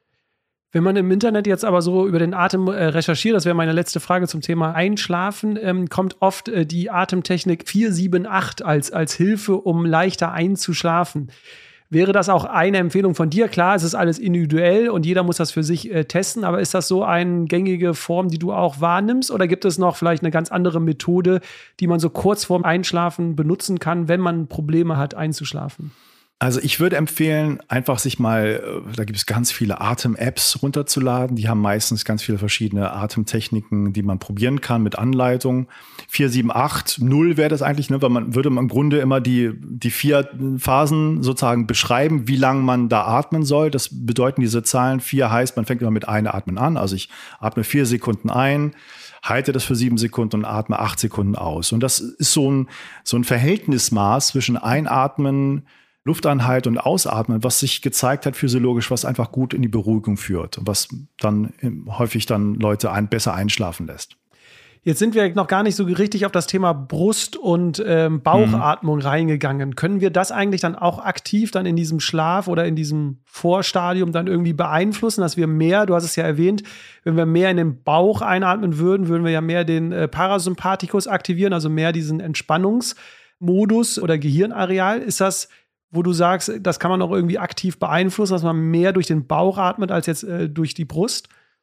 Wenn man im Internet jetzt aber so über den Atem äh, recherchiert, das wäre meine letzte Frage zum Thema Einschlafen, ähm, kommt oft äh, die Atemtechnik vier sieben acht als, als Hilfe, um leichter einzuschlafen. Wäre das auch eine Empfehlung von dir? Klar, es ist alles individuell und jeder muss das für sich äh, testen, aber ist das so eine gängige Form, die du auch wahrnimmst? Oder gibt es noch vielleicht eine ganz andere Methode, die man so kurz vorm Einschlafen benutzen kann, wenn man Probleme hat, einzuschlafen? Also ich würde empfehlen, einfach sich mal, da gibt es ganz viele Atem-Apps runterzuladen. Die haben meistens ganz viele verschiedene Atemtechniken, die man probieren kann mit Anleitung. vier sieben acht null wäre das eigentlich, ne? Weil man würde im Grunde immer die, die vier Phasen sozusagen beschreiben, wie lange man da atmen soll. Das bedeuten diese Zahlen. vier heißt, man fängt immer mit einem Atmen an. Also ich atme vier Sekunden ein, halte das für sieben Sekunden und atme acht Sekunden aus. Und das ist so ein, so ein Verhältnismaß zwischen Einatmen, Luftanhalt und Ausatmen, was sich gezeigt hat physiologisch, was einfach gut in die Beruhigung führt und was dann häufig dann Leute ein, besser einschlafen lässt. Jetzt sind wir noch gar nicht so richtig auf das Thema Brust- und ähm, Bauchatmung mhm. reingegangen. Können wir das eigentlich dann auch aktiv dann in diesem Schlaf oder in diesem Vorstadium dann irgendwie beeinflussen, dass wir mehr, du hast es ja erwähnt, wenn wir mehr in den Bauch einatmen würden, würden wir ja mehr den äh, Parasympathikus aktivieren, also mehr diesen Entspannungsmodus oder Gehirnareal. Ist das, wo du sagst, das kann man auch irgendwie aktiv beeinflussen, dass man mehr durch den Bauch atmet als jetzt äh, durch die Brust?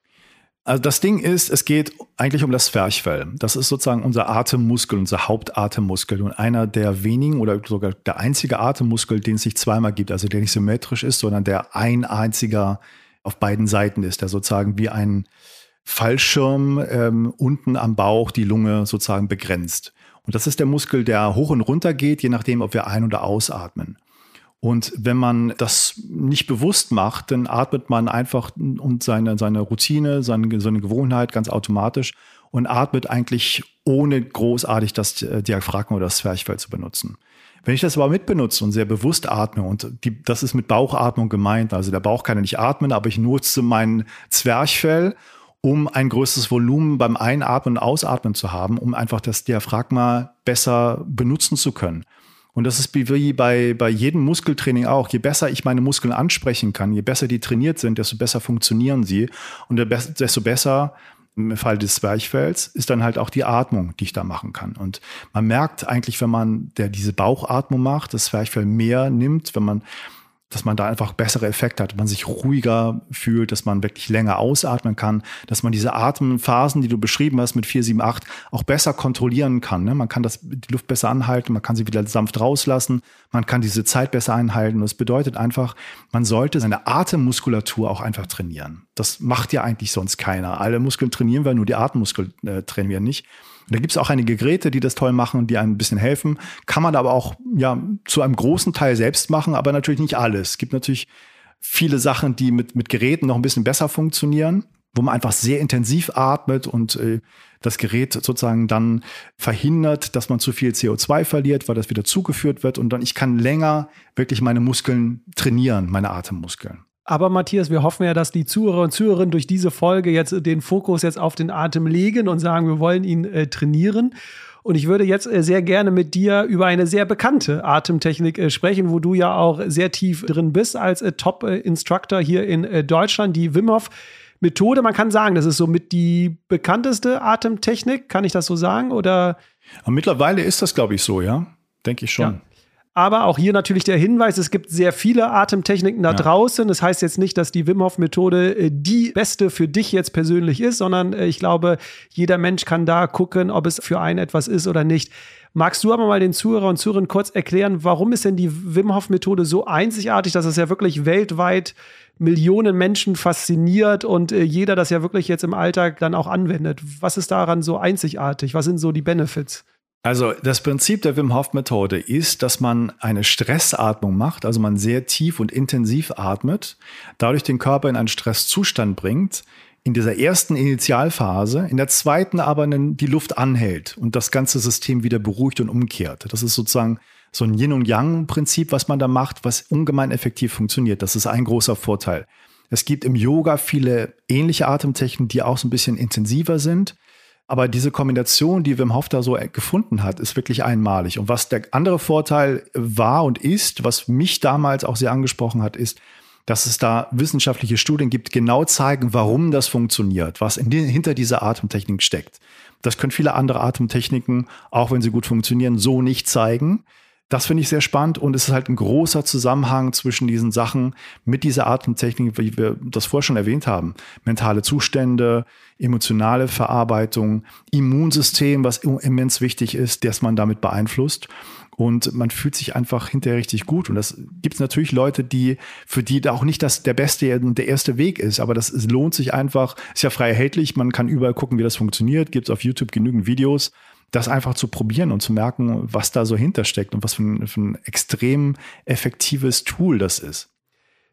Also das Ding ist, es geht eigentlich um das Zwerchfell. Das ist sozusagen unser Atemmuskel, unser Hauptatemmuskel und einer der wenigen oder sogar der einzige Atemmuskel, den es sich zweimal gibt, also der nicht symmetrisch ist, sondern der ein einziger auf beiden Seiten ist, der sozusagen wie ein Fallschirm ähm, unten am Bauch die Lunge sozusagen begrenzt. Und das ist der Muskel, der hoch und runter geht, je nachdem, ob wir ein- oder ausatmen. Und wenn man das nicht bewusst macht, dann atmet man einfach und seine, seine Routine, seine, seine Gewohnheit ganz automatisch und atmet eigentlich ohne großartig das Diaphragma oder das Zwerchfell zu benutzen. Wenn ich das aber mitbenutze und sehr bewusst atme, und die, das ist mit Bauchatmung gemeint, also der Bauch kann ja nicht atmen, aber ich nutze mein Zwerchfell, um ein größeres Volumen beim Einatmen und Ausatmen zu haben, um einfach das Diaphragma besser benutzen zu können. Und das ist wie bei, bei jedem Muskeltraining auch. Je besser ich meine Muskeln ansprechen kann, je besser die trainiert sind, desto besser funktionieren sie. Und desto besser, im Fall des Zwerchfells, ist dann halt auch die Atmung, die ich da machen kann. Und man merkt eigentlich, wenn man der diese Bauchatmung macht, das Zwerchfell mehr nimmt, wenn man dass man da einfach bessere Effekte hat, man sich ruhiger fühlt, dass man wirklich länger ausatmen kann, dass man diese Atemphasen, die du beschrieben hast mit vier, sieben, acht, auch besser kontrollieren kann. Ne? Man kann das, die Luft besser anhalten, man kann sie wieder sanft rauslassen, man kann diese Zeit besser einhalten. Das bedeutet einfach, man sollte seine Atemmuskulatur auch einfach trainieren. Das macht ja eigentlich sonst keiner. Alle Muskeln trainieren wir, nur die Atemmuskeln äh, trainieren nicht. Und da gibt es auch einige Geräte, die das toll machen und die einem ein bisschen helfen. Kann man aber auch ja zu einem großen Teil selbst machen, aber natürlich nicht alles. Es gibt natürlich viele Sachen, die mit, mit Geräten noch ein bisschen besser funktionieren, wo man einfach sehr intensiv atmet und äh, das Gerät sozusagen dann verhindert, dass man zu viel C O zwei verliert, weil das wieder zugeführt wird. Und dann ich kann länger wirklich meine Muskeln trainieren, meine Atemmuskeln. Aber Matthias, wir hoffen ja, dass die Zuhörer und Zuhörerinnen durch diese Folge jetzt den Fokus jetzt auf den Atem legen und sagen, wir wollen ihn äh, trainieren. Und ich würde jetzt äh, sehr gerne mit dir über eine sehr bekannte Atemtechnik äh, sprechen, wo du ja auch sehr tief drin bist als äh, Top-Instructor hier in äh, Deutschland, die Wim Hof Methode. Man kann sagen, das ist somit die bekannteste Atemtechnik. Kann ich das so sagen? Oder? Aber mittlerweile ist das, glaube ich, so, ja. Denke ich schon. Ja. Aber auch hier natürlich der Hinweis, es gibt sehr viele Atemtechniken da ja. draußen. Das heißt jetzt nicht, dass die Wim Hof Methode äh, die beste für dich jetzt persönlich ist, sondern äh, ich glaube, jeder Mensch kann da gucken, ob es für einen etwas ist oder nicht. Magst du aber mal den Zuhörer und Zuhörern kurz erklären, warum ist denn die Wim Hof Methode so einzigartig, dass es ja wirklich weltweit Millionen Menschen fasziniert und äh, jeder das ja wirklich jetzt im Alltag dann auch anwendet? Was ist daran so einzigartig? Was sind so die Benefits? Also das Prinzip der Wim Hof Methode ist, dass man eine Stressatmung macht, also man sehr tief und intensiv atmet, dadurch den Körper in einen Stresszustand bringt, in dieser ersten Initialphase, in der zweiten aber die Luft anhält und das ganze System wieder beruhigt und umkehrt. Das ist sozusagen so ein Yin- und Yang-Prinzip, was man da macht, was ungemein effektiv funktioniert. Das ist ein großer Vorteil. Es gibt im Yoga viele ähnliche Atemtechniken, die auch so ein bisschen intensiver sind. Aber diese Kombination, die Wim Hof da so gefunden hat, ist wirklich einmalig. Und was der andere Vorteil war und ist, was mich damals auch sehr angesprochen hat, ist, dass es da wissenschaftliche Studien gibt, genau zeigen, warum das funktioniert, was in die, hinter dieser Atemtechnik steckt. Das können viele andere Atemtechniken, auch wenn sie gut funktionieren, so nicht zeigen. Das finde ich sehr spannend und es ist halt ein großer Zusammenhang zwischen diesen Sachen mit dieser Atemtechnik, wie wir das vorher schon erwähnt haben. Mentale Zustände, emotionale Verarbeitung, Immunsystem, was immens wichtig ist, dass man damit beeinflusst. Und man fühlt sich einfach hinterher richtig gut. Und das gibt es natürlich Leute, die für die da auch nicht das der beste und der erste Weg ist. Aber das es lohnt sich einfach, ist ja frei erhältlich. Man kann überall gucken, wie das funktioniert. Gibt es auf YouTube genügend Videos. Das einfach zu probieren und zu merken, was da so hintersteckt und was für ein, für ein extrem effektives Tool das ist.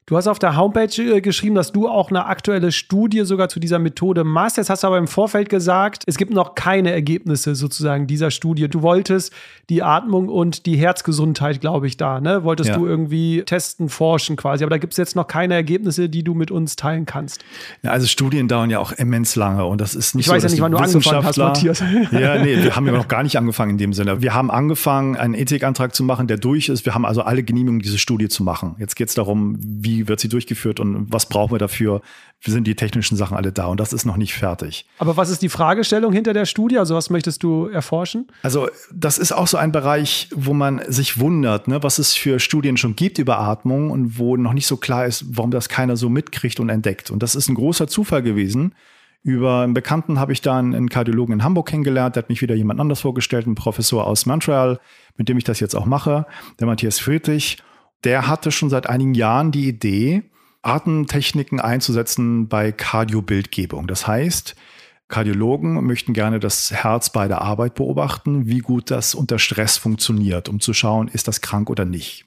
Du hast auf der Homepage äh, geschrieben, dass du auch eine aktuelle Studie sogar zu dieser Methode machst. Jetzt hast du aber im Vorfeld gesagt, es gibt noch keine Ergebnisse sozusagen dieser Studie. Du wolltest die Atmung und die Herzgesundheit, glaube ich, da, ne? Wolltest ja. du irgendwie testen, forschen quasi. Aber da gibt es jetzt noch keine Ergebnisse, die du mit uns teilen kannst. Ja, also Studien dauern ja auch immens lange und das ist nicht ich so, weiß ja nicht, wann du angefangen hast, Matthias. Ja, nee, wir haben ja noch gar nicht angefangen in dem Sinne. Wir haben angefangen, einen Ethikantrag zu machen, der durch ist. Wir haben also alle Genehmigungen, diese Studie zu machen. Jetzt geht es darum, wie Wie wird sie durchgeführt und was brauchen wir dafür? Sind die technischen Sachen alle da? Und das ist noch nicht fertig. Aber was ist die Fragestellung hinter der Studie? Also was möchtest du erforschen? Also das ist auch so ein Bereich, wo man sich wundert, ne, was es für Studien schon gibt über Atmung und wo noch nicht so klar ist, warum das keiner so mitkriegt und entdeckt. Und das ist ein großer Zufall gewesen. Über einen Bekannten habe ich da einen Kardiologen in Hamburg kennengelernt. Der hat mich wieder jemand anders vorgestellt, ein Professor aus Montreal, mit dem ich das jetzt auch mache, der Matthias Friedrich. Der hatte schon seit einigen Jahren die Idee, Atemtechniken einzusetzen bei Kardiobildgebung. Das heißt, Kardiologen möchten gerne das Herz bei der Arbeit beobachten, wie gut das unter Stress funktioniert, um zu schauen, ist das krank oder nicht.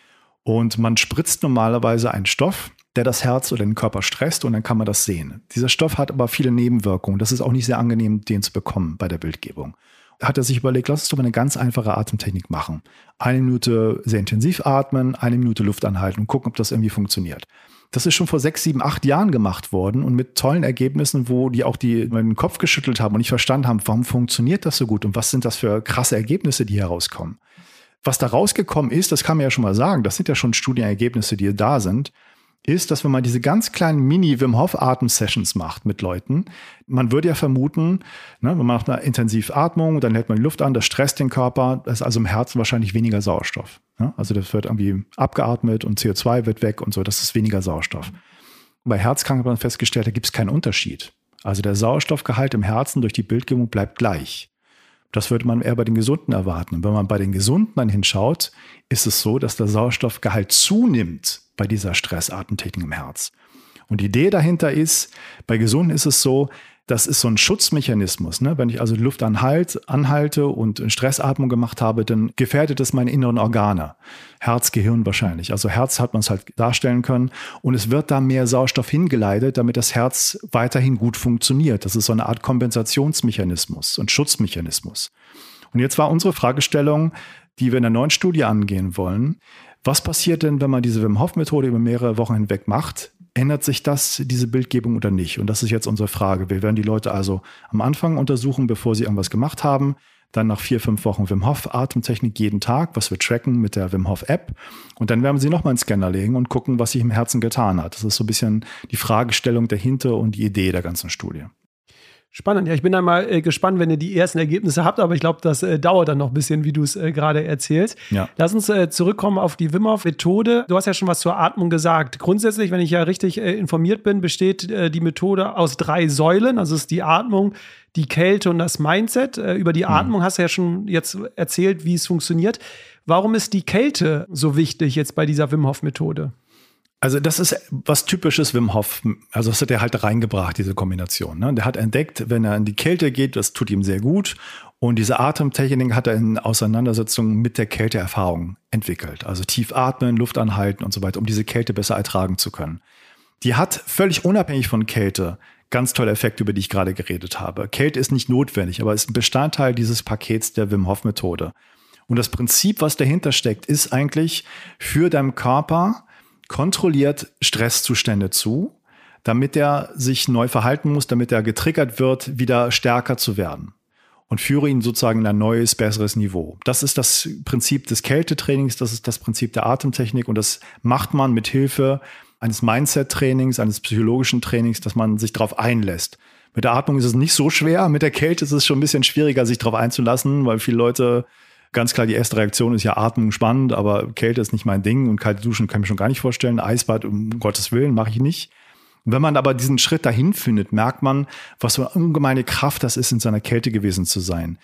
Und man spritzt normalerweise einen Stoff, der das Herz oder den Körper stresst und dann kann man das sehen. Dieser Stoff hat aber viele Nebenwirkungen. Das ist auch nicht sehr angenehm, den zu bekommen bei der Bildgebung. Hat er sich überlegt, lass uns doch mal eine ganz einfache Atemtechnik machen. Eine Minute sehr intensiv atmen, eine Minute Luft anhalten und gucken, ob das irgendwie funktioniert. Das ist schon vor sechs, sieben, acht Jahren gemacht worden und mit tollen Ergebnissen, wo die auch die den Kopf geschüttelt haben und nicht verstanden haben, warum funktioniert das so gut und was sind das für krasse Ergebnisse, die herauskommen. Was da rausgekommen ist, das kann man ja schon mal sagen, das sind ja schon Studienergebnisse, die da sind, ist, dass wenn man diese ganz kleinen Mini-Wim Hof-Atem-Sessions macht mit Leuten, man würde ja vermuten, ne, man macht eine Intensivatmung, dann hält man die Luft an, das stresst den Körper, da ist also im Herzen wahrscheinlich weniger Sauerstoff. Ne? Also das wird irgendwie abgeatmet und C O zwei wird weg und so, das ist weniger Sauerstoff. Und bei Herzkranken hat man festgestellt, da gibt es keinen Unterschied. Also der Sauerstoffgehalt im Herzen durch die Bildgebung bleibt gleich. Das würde man eher bei den Gesunden erwarten. Und wenn man bei den Gesunden dann hinschaut, ist es so, dass der Sauerstoffgehalt zunimmt bei dieser Stressatemtechnik im Herz. Und die Idee dahinter ist, bei Gesunden ist es so, das ist so ein Schutzmechanismus. Ne? Wenn ich also die Luft anhalt, anhalte und eine Stressatmung gemacht habe, dann gefährdet es meine inneren Organe. Herz, Gehirn wahrscheinlich. Also Herz hat man es halt darstellen können. Und es wird da mehr Sauerstoff hingeleitet, damit das Herz weiterhin gut funktioniert. Das ist so eine Art Kompensationsmechanismus und Schutzmechanismus. Und jetzt war unsere Fragestellung, die wir in der neuen Studie angehen wollen. Was passiert denn, wenn man diese Wim Hof Methode über mehrere Wochen hinweg macht? Ändert sich das, diese Bildgebung oder nicht? Und das ist jetzt unsere Frage. Wir werden die Leute also am Anfang untersuchen, bevor sie irgendwas gemacht haben. Dann nach vier, fünf Wochen Wim Hof Atemtechnik jeden Tag, was wir tracken mit der Wim Hof App. Und dann werden wir sie nochmal in den Scanner legen und gucken, was sich im Herzen getan hat. Das ist so ein bisschen die Fragestellung dahinter und die Idee der ganzen Studie. Spannend. Ja, ich bin dann mal äh, gespannt, wenn ihr die ersten Ergebnisse habt, aber ich glaube, das äh, dauert dann noch ein bisschen, wie du es äh, gerade erzählst. Ja. Lass uns äh, zurückkommen auf die Wim Hof Methode. Du hast ja schon was zur Atmung gesagt. Grundsätzlich, wenn ich ja richtig äh, informiert bin, besteht äh, die Methode aus drei Säulen. Also es ist die Atmung, die Kälte und das Mindset. Äh, über die hm. Atmung hast du ja schon jetzt erzählt, wie es funktioniert. Warum ist die Kälte so wichtig jetzt bei dieser Wim Hof Methode? Also das ist was Typisches Wim Hof, also das hat er halt reingebracht, diese Kombination. Ne? Der hat entdeckt, wenn er in die Kälte geht, das tut ihm sehr gut. Und diese Atemtechnik hat er in Auseinandersetzung mit der Kälteerfahrung entwickelt. Also tief atmen, Luft anhalten und so weiter, um diese Kälte besser ertragen zu können. Die hat völlig unabhängig von Kälte ganz tolle Effekte, über die ich gerade geredet habe. Kälte ist nicht notwendig, aber ist ein Bestandteil dieses Pakets der Wim Hof Methode. Und das Prinzip, was dahinter steckt, ist eigentlich für deinen Körper kontrolliert Stresszustände zu, damit er sich neu verhalten muss, damit er getriggert wird, wieder stärker zu werden. Und führe ihn sozusagen in ein neues, besseres Niveau. Das ist das Prinzip des Kältetrainings, das ist das Prinzip der Atemtechnik und das macht man mit Hilfe eines Mindset-Trainings, eines psychologischen Trainings, dass man sich darauf einlässt. Mit der Atmung ist es nicht so schwer, mit der Kälte ist es schon ein bisschen schwieriger, sich darauf einzulassen, weil viele Leute, ganz klar, die erste Reaktion ist ja Atmung spannend, aber Kälte ist nicht mein Ding und kalte Duschen kann ich mir schon gar nicht vorstellen. Eisbad, um Gottes Willen, mache ich nicht. Und wenn man aber diesen Schritt dahin findet, merkt man, was für eine ungemeine Kraft das ist, in seiner Kälte gewesen zu sein.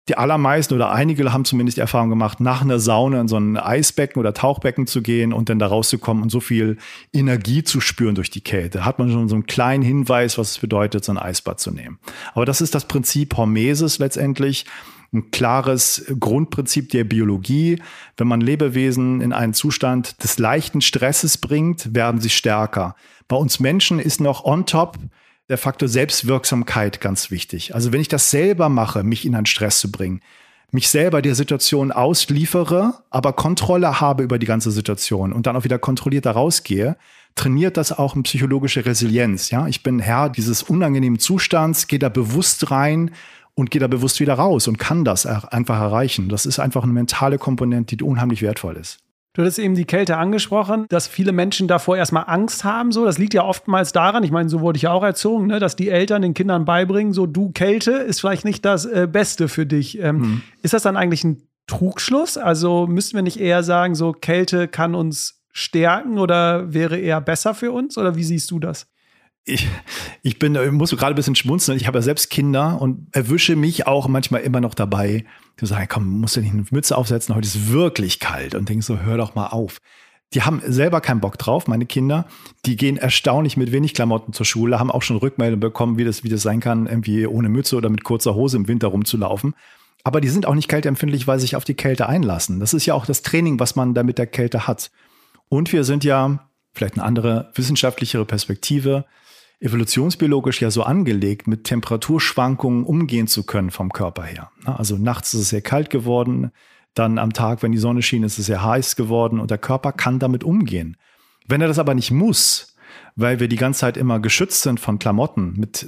Die allermeisten oder einige haben zumindest die Erfahrung gemacht, nach einer Sauna in so ein Eisbecken oder Tauchbecken zu gehen und dann da rauszukommen und so viel Energie zu spüren durch die Kälte. Hat man schon so einen kleinen Hinweis, was es bedeutet, so ein Eisbad zu nehmen. Aber das ist das Prinzip Hormesis letztendlich. Ein klares Grundprinzip der Biologie. Wenn man Lebewesen in einen Zustand des leichten Stresses bringt, werden sie stärker. Bei uns Menschen ist noch on top der Faktor Selbstwirksamkeit ganz wichtig. Also wenn ich das selber mache, mich in einen Stress zu bringen, mich selber der Situation ausliefere, aber Kontrolle habe über die ganze Situation und dann auch wieder kontrolliert da rausgehe, trainiert das auch eine psychologische Resilienz. Ja, ich bin Herr dieses unangenehmen Zustands, gehe da bewusst rein und gehe da bewusst wieder raus und kann das einfach erreichen. Das ist einfach eine mentale Komponente, die unheimlich wertvoll ist. Du hattest eben die Kälte angesprochen, dass viele Menschen davor erstmal Angst haben. So, das liegt ja oftmals daran, ich meine, so wurde ich ja auch erzogen, ne, dass die Eltern den Kindern beibringen, so du, Kälte ist vielleicht nicht das äh, Beste für dich. Ähm, hm. Ist das dann eigentlich ein Trugschluss? Also müssten wir nicht eher sagen, so Kälte kann uns stärken oder wäre eher besser für uns? Oder wie siehst du das? Ich, ich bin, ich muss gerade ein bisschen schmunzeln. Ich habe ja selbst Kinder und erwische mich auch manchmal immer noch dabei, zu sagen, komm, musst du nicht eine Mütze aufsetzen, heute ist wirklich kalt. Und denke so, hör doch mal auf. Die haben selber keinen Bock drauf, meine Kinder. Die gehen erstaunlich mit wenig Klamotten zur Schule, haben auch schon Rückmeldungen bekommen, wie das, wie das sein kann, irgendwie ohne Mütze oder mit kurzer Hose im Winter rumzulaufen. Aber die sind auch nicht kälteempfindlich, weil sie sich auf die Kälte einlassen. Das ist ja auch das Training, was man da mit der Kälte hat. Und wir sind ja, vielleicht eine andere wissenschaftlichere Perspektive, evolutionsbiologisch ja so angelegt, mit Temperaturschwankungen umgehen zu können vom Körper her. Also nachts ist es sehr kalt geworden, dann am Tag, wenn die Sonne schien, ist es sehr heiß geworden und der Körper kann damit umgehen. Wenn er das aber nicht muss, weil wir die ganze Zeit immer geschützt sind von Klamotten mit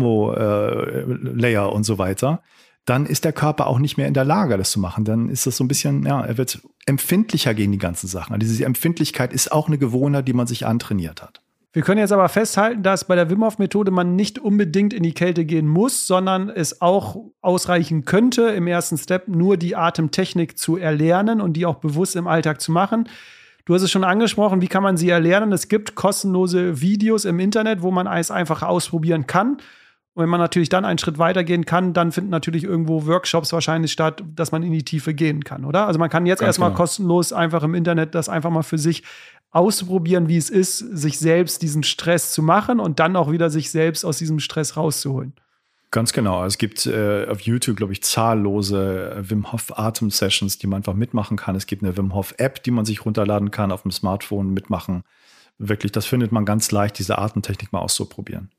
Thermolayer und so weiter, dann ist der Körper auch nicht mehr in der Lage, das zu machen. Dann ist das so ein bisschen, ja, er wird empfindlicher gegen die ganzen Sachen. Also diese Empfindlichkeit ist auch eine Gewohnheit, die man sich antrainiert hat. Wir können jetzt aber festhalten, dass bei der Wim Hof Methode man nicht unbedingt in die Kälte gehen muss, sondern es auch ausreichen könnte, im ersten Step nur die Atemtechnik zu erlernen und die auch bewusst im Alltag zu machen. Du hast es schon angesprochen, wie kann man sie erlernen? Es gibt kostenlose Videos im Internet, wo man es einfach ausprobieren kann. Und wenn man natürlich dann einen Schritt weitergehen kann, dann finden natürlich irgendwo Workshops wahrscheinlich statt, dass man in die Tiefe gehen kann, oder? Also man kann jetzt erstmal genau. kostenlos einfach im Internet das einfach mal für sich auszuprobieren, wie es ist, sich selbst diesen Stress zu machen und dann auch wieder sich selbst aus diesem Stress rauszuholen. Ganz genau. Es gibt äh, auf YouTube, glaube ich, zahllose äh, Wim Hof Atem-Sessions, die man einfach mitmachen kann. Es gibt eine Wim Hof App, die man sich runterladen kann, auf dem Smartphone mitmachen. Wirklich, das findet man ganz leicht, diese Atemtechnik mal auszuprobieren.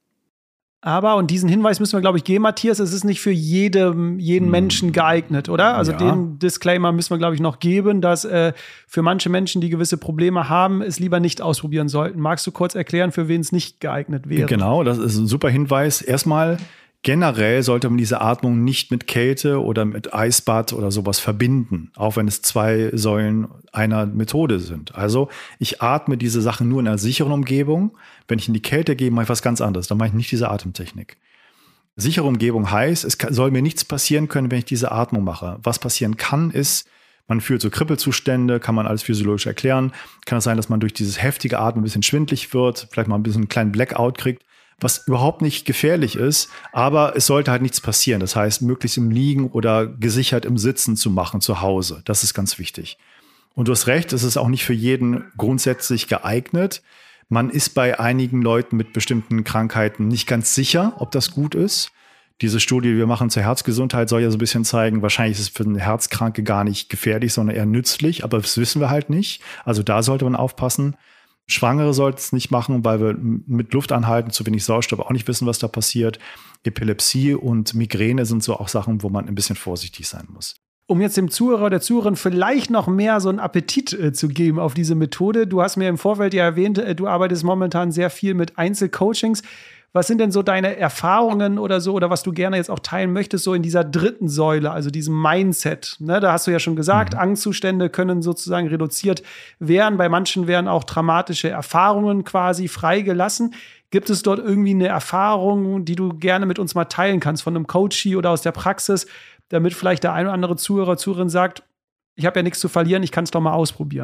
Aber, und diesen Hinweis müssen wir, glaube ich, geben, Matthias, es ist nicht für jedem, jeden hm. Menschen geeignet, oder? Also ja. Den Disclaimer müssen wir, glaube ich, noch geben, dass äh, für manche Menschen, die gewisse Probleme haben, es lieber nicht ausprobieren sollten. Magst du kurz erklären, für wen es nicht geeignet wäre? Genau, das ist ein super Hinweis. Erstmal, generell sollte man diese Atmung nicht mit Kälte oder mit Eisbad oder sowas verbinden, auch wenn es zwei Säulen einer Methode sind. Also ich atme diese Sachen nur in einer sicheren Umgebung. Wenn ich in die Kälte gehe, mache ich was ganz anderes. Dann mache ich nicht diese Atemtechnik. Sichere Umgebung heißt, es soll mir nichts passieren können, wenn ich diese Atmung mache. Was passieren kann, ist, man fühlt so Kribbelzustände, kann man alles physiologisch erklären. Kann es sein, dass man durch dieses heftige Atmen ein bisschen schwindelig wird, vielleicht mal ein bisschen einen kleinen Blackout kriegt, was überhaupt nicht gefährlich ist, aber es sollte halt nichts passieren. Das heißt, möglichst im Liegen oder gesichert im Sitzen zu machen zu Hause. Das ist ganz wichtig. Und du hast recht, es ist auch nicht für jeden grundsätzlich geeignet. Man ist bei einigen Leuten mit bestimmten Krankheiten nicht ganz sicher, ob das gut ist. Diese Studie, die wir machen zur Herzgesundheit, soll ja so ein bisschen zeigen, wahrscheinlich ist es für einen Herzkranke gar nicht gefährlich, sondern eher nützlich. Aber das wissen wir halt nicht. Also da sollte man aufpassen. Schwangere sollten es nicht machen, weil wir mit Luft anhalten, zu wenig Sauerstoff auch nicht wissen, was da passiert. Epilepsie und Migräne sind so auch Sachen, wo man ein bisschen vorsichtig sein muss. Um jetzt dem Zuhörer oder Zuhörerin vielleicht noch mehr so einen Appetit äh, zu geben auf diese Methode. Du hast mir im Vorfeld ja erwähnt, äh, du arbeitest momentan sehr viel mit Einzelcoachings. Was sind denn so deine Erfahrungen oder so, oder was du gerne jetzt auch teilen möchtest, so in dieser dritten Säule, also diesem Mindset? Ne, da hast du ja schon gesagt, mhm. Angstzustände können sozusagen reduziert werden. Bei manchen werden auch traumatische Erfahrungen quasi freigelassen. Gibt es dort irgendwie eine Erfahrung, die du gerne mit uns mal teilen kannst, von einem Coachie oder aus der Praxis, damit vielleicht der ein oder andere Zuhörer, Zuhörerin sagt, ich habe ja nichts zu verlieren, ich kann es doch mal ausprobieren?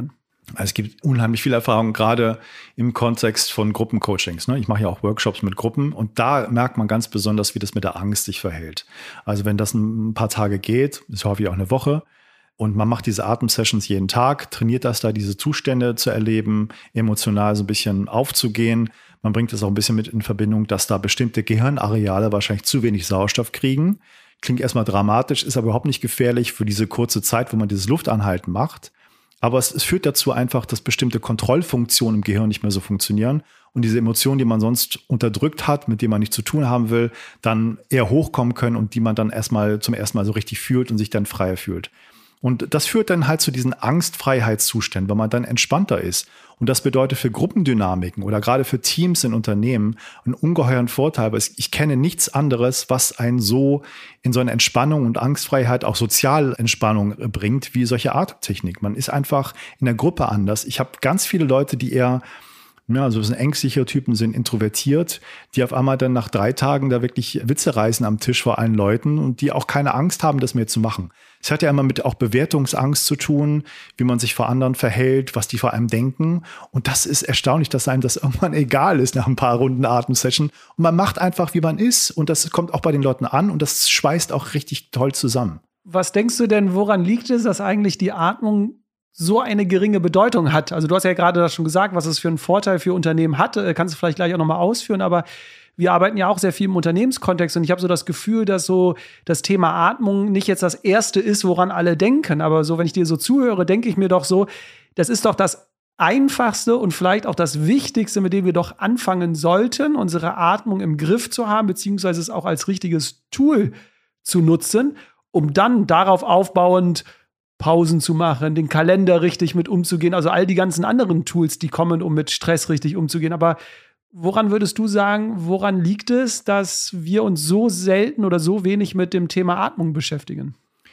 Also es gibt unheimlich viel Erfahrung, gerade im Kontext von Gruppencoachings. Ich mache ja auch Workshops mit Gruppen und da merkt man ganz besonders, wie das mit der Angst sich verhält. Also wenn das ein paar Tage geht, ist häufig auch eine Woche, und man macht diese Atemsessions jeden Tag, trainiert das da, diese Zustände zu erleben, emotional so ein bisschen aufzugehen. Man bringt das auch ein bisschen mit in Verbindung, dass da bestimmte Gehirnareale wahrscheinlich zu wenig Sauerstoff kriegen. Klingt erstmal dramatisch, ist aber überhaupt nicht gefährlich für diese kurze Zeit, wo man dieses Luftanhalten macht. Aber es, es führt dazu einfach, dass bestimmte Kontrollfunktionen im Gehirn nicht mehr so funktionieren und diese Emotionen, die man sonst unterdrückt hat, mit denen man nichts zu tun haben will, dann eher hochkommen können und die man dann erstmal zum ersten Mal so richtig fühlt und sich dann freier fühlt. Und das führt dann halt zu diesen Angstfreiheitszuständen, weil man dann entspannter ist. Und das bedeutet für Gruppendynamiken oder gerade für Teams in Unternehmen einen ungeheuren Vorteil. Weil ich kenne nichts anderes, was einen so in so eine Entspannung und Angstfreiheit, auch Sozialentspannung bringt, wie solche Atemtechnik. Man ist einfach in der Gruppe anders. Ich habe ganz viele Leute, die eher Ja, also das sind ängstliche Typen, sind introvertiert, die auf einmal dann nach drei Tagen da wirklich Witze reißen am Tisch vor allen Leuten und die auch keine Angst haben, das mehr zu machen. Es hat ja immer mit auch Bewertungsangst zu tun, wie man sich vor anderen verhält, was die vor einem denken. Und das ist erstaunlich, dass einem das irgendwann egal ist nach ein paar Runden Atemsession. Und man macht einfach, wie man ist. Und das kommt auch bei den Leuten an und das schweißt auch richtig toll zusammen. Was denkst du denn, woran liegt es, dass eigentlich die Atmung so eine geringe Bedeutung hat? Also du hast ja gerade das schon gesagt, was es für einen Vorteil für Unternehmen hat. Kannst du vielleicht gleich auch nochmal ausführen, aber wir arbeiten ja auch sehr viel im Unternehmenskontext und ich habe so das Gefühl, dass so das Thema Atmung nicht jetzt das Erste ist, woran alle denken. Aber so, wenn ich dir so zuhöre, denke ich mir doch so, das ist doch das Einfachste und vielleicht auch das Wichtigste, mit dem wir doch anfangen sollten, unsere Atmung im Griff zu haben, beziehungsweise es auch als richtiges Tool zu nutzen, um dann darauf aufbauend Pausen zu machen, den Kalender richtig mit umzugehen, also all die ganzen anderen Tools, die kommen, um mit Stress richtig umzugehen. Aber woran würdest du sagen, woran liegt es, dass wir uns so selten oder so wenig mit dem Thema Atmung beschäftigen?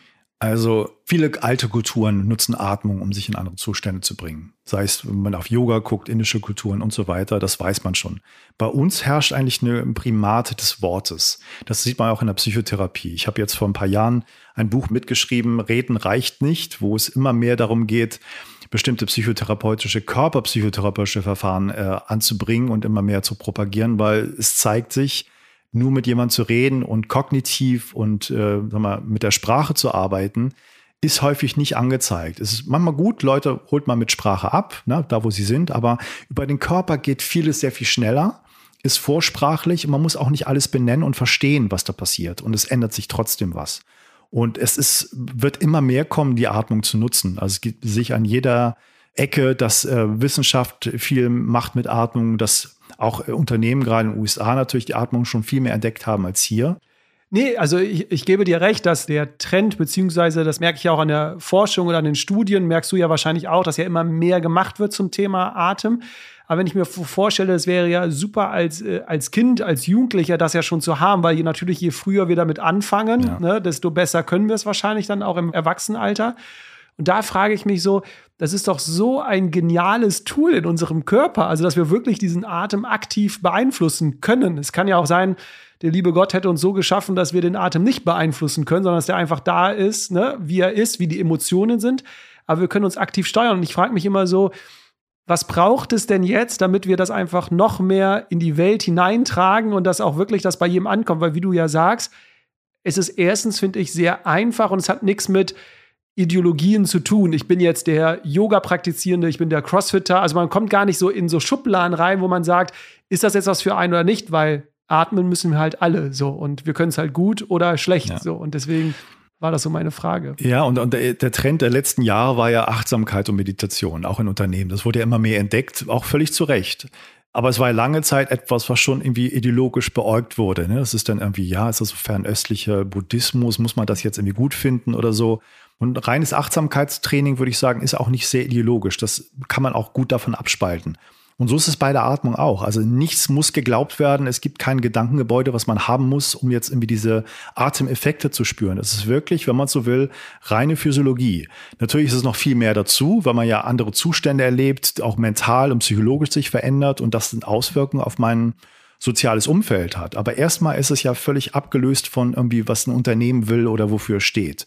Also viele alte Kulturen nutzen Atmung, um sich in andere Zustände zu bringen. Sei es, wenn man auf Yoga guckt, indische Kulturen und so weiter, das weiß man schon. Bei uns herrscht eigentlich eine Primat des Wortes. Das sieht man auch in der Psychotherapie. Ich habe jetzt vor ein paar Jahren ein Buch mitgeschrieben, Reden reicht nicht, wo es immer mehr darum geht, bestimmte psychotherapeutische, körperpsychotherapeutische Verfahren äh, anzubringen und immer mehr zu propagieren, weil es zeigt sich, nur mit jemandem zu reden und kognitiv und äh, sag mal, mit der Sprache zu arbeiten, ist häufig nicht angezeigt. Es ist manchmal gut, Leute holt man mit Sprache ab, ne, da wo sie sind, aber über den Körper geht vieles sehr viel schneller, ist vorsprachlich und man muss auch nicht alles benennen und verstehen, was da passiert. Und es ändert sich trotzdem was. Und es ist, wird immer mehr kommen, die Atmung zu nutzen. Also es gibt sich an jeder Ecke, dass äh, Wissenschaft viel macht mit Atmung, dass auch äh, Unternehmen, gerade in den U S A natürlich, die Atmung schon viel mehr entdeckt haben als hier. Nee, also ich, ich gebe dir recht, dass der Trend, beziehungsweise das merke ich ja auch an der Forschung oder an den Studien, merkst du ja wahrscheinlich auch, dass ja immer mehr gemacht wird zum Thema Atem. Aber wenn ich mir vorstelle, es wäre ja super als, äh, als Kind, als Jugendlicher das ja schon zu haben, weil je, natürlich je früher wir damit anfangen, ja. ne, desto besser können wir es wahrscheinlich dann auch im Erwachsenenalter. Und da frage ich mich so, das ist doch so ein geniales Tool in unserem Körper, also dass wir wirklich diesen Atem aktiv beeinflussen können. Es kann ja auch sein, der liebe Gott hätte uns so geschaffen, dass wir den Atem nicht beeinflussen können, sondern dass der einfach da ist, ne, wie er ist, wie die Emotionen sind. Aber wir können uns aktiv steuern. Und ich frage mich immer so, was braucht es denn jetzt, damit wir das einfach noch mehr in die Welt hineintragen und dass auch wirklich das bei jedem ankommt? Weil wie du ja sagst, es ist erstens, finde ich, sehr einfach und es hat nichts mit Ideologien zu tun. Ich bin jetzt der Yoga-Praktizierende, ich bin der Crossfitter. Also man kommt gar nicht so in so Schubladen rein, wo man sagt, ist das jetzt was für einen oder nicht? Weil atmen müssen wir halt alle so und wir können es halt gut oder schlecht ja. so. Und deswegen war das so meine Frage. Ja, und, und der, der Trend der letzten Jahre war ja Achtsamkeit und Meditation, auch in Unternehmen. Das wurde ja immer mehr entdeckt, auch völlig zu Recht. Aber es war lange Zeit etwas, was schon irgendwie ideologisch beäugt wurde. Ne? Das ist dann irgendwie, ja, ist das so fernöstlicher Buddhismus, muss man das jetzt irgendwie gut finden oder so? Und reines Achtsamkeitstraining, würde ich sagen, ist auch nicht sehr ideologisch. Das kann man auch gut davon abspalten. Und so ist es bei der Atmung auch. Also nichts muss geglaubt werden. Es gibt kein Gedankengebäude, was man haben muss, um jetzt irgendwie diese Atemeffekte zu spüren. Das ist wirklich, wenn man so will, reine Physiologie. Natürlich ist es noch viel mehr dazu, weil man ja andere Zustände erlebt, auch mental und psychologisch sich verändert und das sind Auswirkungen auf mein soziales Umfeld hat. Aber erstmal ist es ja völlig abgelöst von irgendwie, was ein Unternehmen will oder wofür es steht.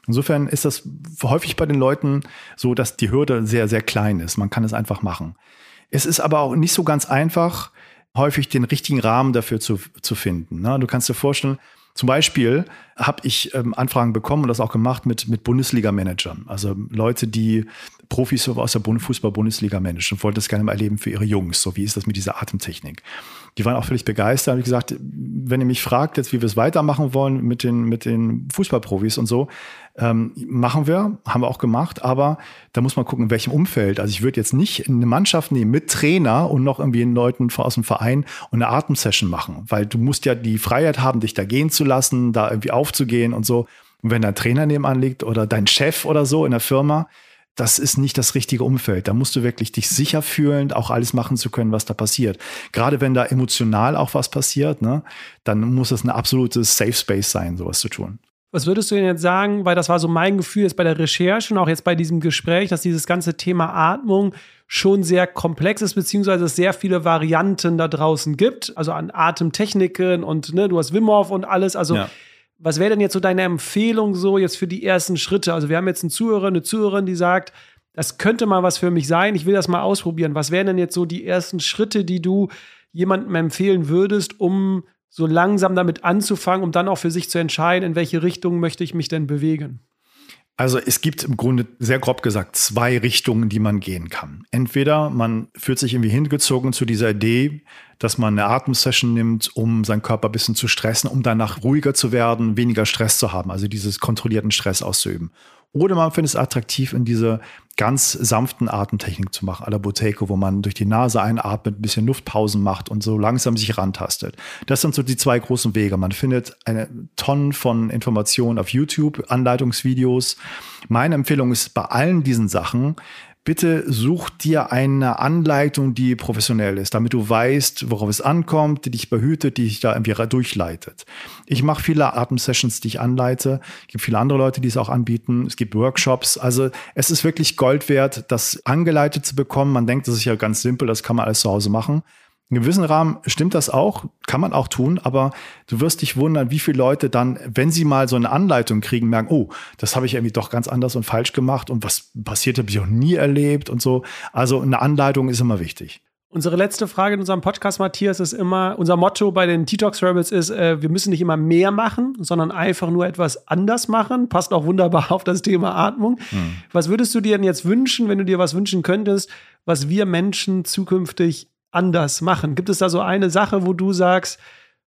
Insofern ist das häufig bei den Leuten so, dass die Hürde sehr, sehr klein ist. Man kann es einfach machen. Es ist aber auch nicht so ganz einfach, häufig den richtigen Rahmen dafür zu, zu finden. Ne? Du kannst dir vorstellen, zum Beispiel habe ich ähm, Anfragen bekommen und das auch gemacht mit, mit Bundesliga-Managern. Also Leute, die Profis aus der Fußball-Bundesliga managen und wollten das gerne mal erleben für ihre Jungs. So wie ist das mit dieser Atemtechnik? Die waren auch völlig begeistert. Habe ich gesagt, wenn ihr mich fragt, jetzt wie wir es weitermachen wollen mit den, mit den Fußballprofis und so, ähm, machen wir, haben wir auch gemacht. Aber da muss man gucken, in welchem Umfeld. Also ich würde jetzt nicht eine Mannschaft nehmen mit Trainer und noch irgendwie Leuten aus dem Verein und eine Atemsession machen. Weil du musst ja die Freiheit haben, dich da gehen zu lassen, da irgendwie aufzugehen und so. Und wenn dein Trainer nebenan liegt oder dein Chef oder so in der Firma, das ist nicht das richtige Umfeld. Da musst du wirklich dich sicher fühlen, auch alles machen zu können, was da passiert. Gerade wenn da emotional auch was passiert, ne, dann muss es eine absolute Safe Space sein, sowas zu tun. Was würdest du denn jetzt sagen, weil das war so mein Gefühl jetzt bei der Recherche und auch jetzt bei diesem Gespräch, dass dieses ganze Thema Atmung schon sehr komplex ist, beziehungsweise es sehr viele Varianten da draußen gibt, also an Atemtechniken und ne, du hast Wim Hof und alles, also ja. Was wäre denn jetzt so deine Empfehlung so jetzt für die ersten Schritte? Also wir haben jetzt einen Zuhörer, eine Zuhörerin, die sagt, das könnte mal was für mich sein, ich will das mal ausprobieren. Was wären denn jetzt so die ersten Schritte, die du jemandem empfehlen würdest, um so langsam damit anzufangen, um dann auch für sich zu entscheiden, in welche Richtung möchte ich mich denn bewegen? Also es gibt im Grunde, sehr grob gesagt, zwei Richtungen, die man gehen kann. Entweder man fühlt sich irgendwie hingezogen zu dieser Idee, dass man eine Atemsession nimmt, um seinen Körper ein bisschen zu stressen, um danach ruhiger zu werden, weniger Stress zu haben, also dieses kontrollierten Stress auszuüben. Oder man findet es attraktiv, in diese ganz sanften Atemtechnik zu machen, à la Buteyko, wo man durch die Nase einatmet, ein bisschen Luftpausen macht und so langsam sich rantastet. Das sind so die zwei großen Wege. Man findet eine Tonne von Informationen auf YouTube, Anleitungsvideos. Meine Empfehlung ist bei allen diesen Sachen, bitte such dir eine Anleitung, die professionell ist, damit du weißt, worauf es ankommt, die dich behütet, die dich da irgendwie durchleitet. Ich mache viele Atemsessions, die ich anleite. Es gibt viele andere Leute, die es auch anbieten. Es gibt Workshops. Also es ist wirklich Gold wert, das angeleitet zu bekommen. Man denkt, das ist ja ganz simpel, das kann man alles zu Hause machen. In gewissem Rahmen stimmt das auch, kann man auch tun, aber du wirst dich wundern, wie viele Leute dann, wenn sie mal so eine Anleitung kriegen, merken, oh, das habe ich irgendwie doch ganz anders und falsch gemacht und was passiert, habe ich auch nie erlebt und so. Also eine Anleitung ist immer wichtig. Unsere letzte Frage in unserem Podcast, Matthias, ist immer, unser Motto bei den Detox Rebels ist, äh, wir müssen nicht immer mehr machen, sondern einfach nur etwas anders machen. Passt auch wunderbar auf das Thema Atmung. Hm. Was würdest du dir denn jetzt wünschen, wenn du dir was wünschen könntest, was wir Menschen zukünftig anders machen? Gibt es da so eine Sache, wo du sagst,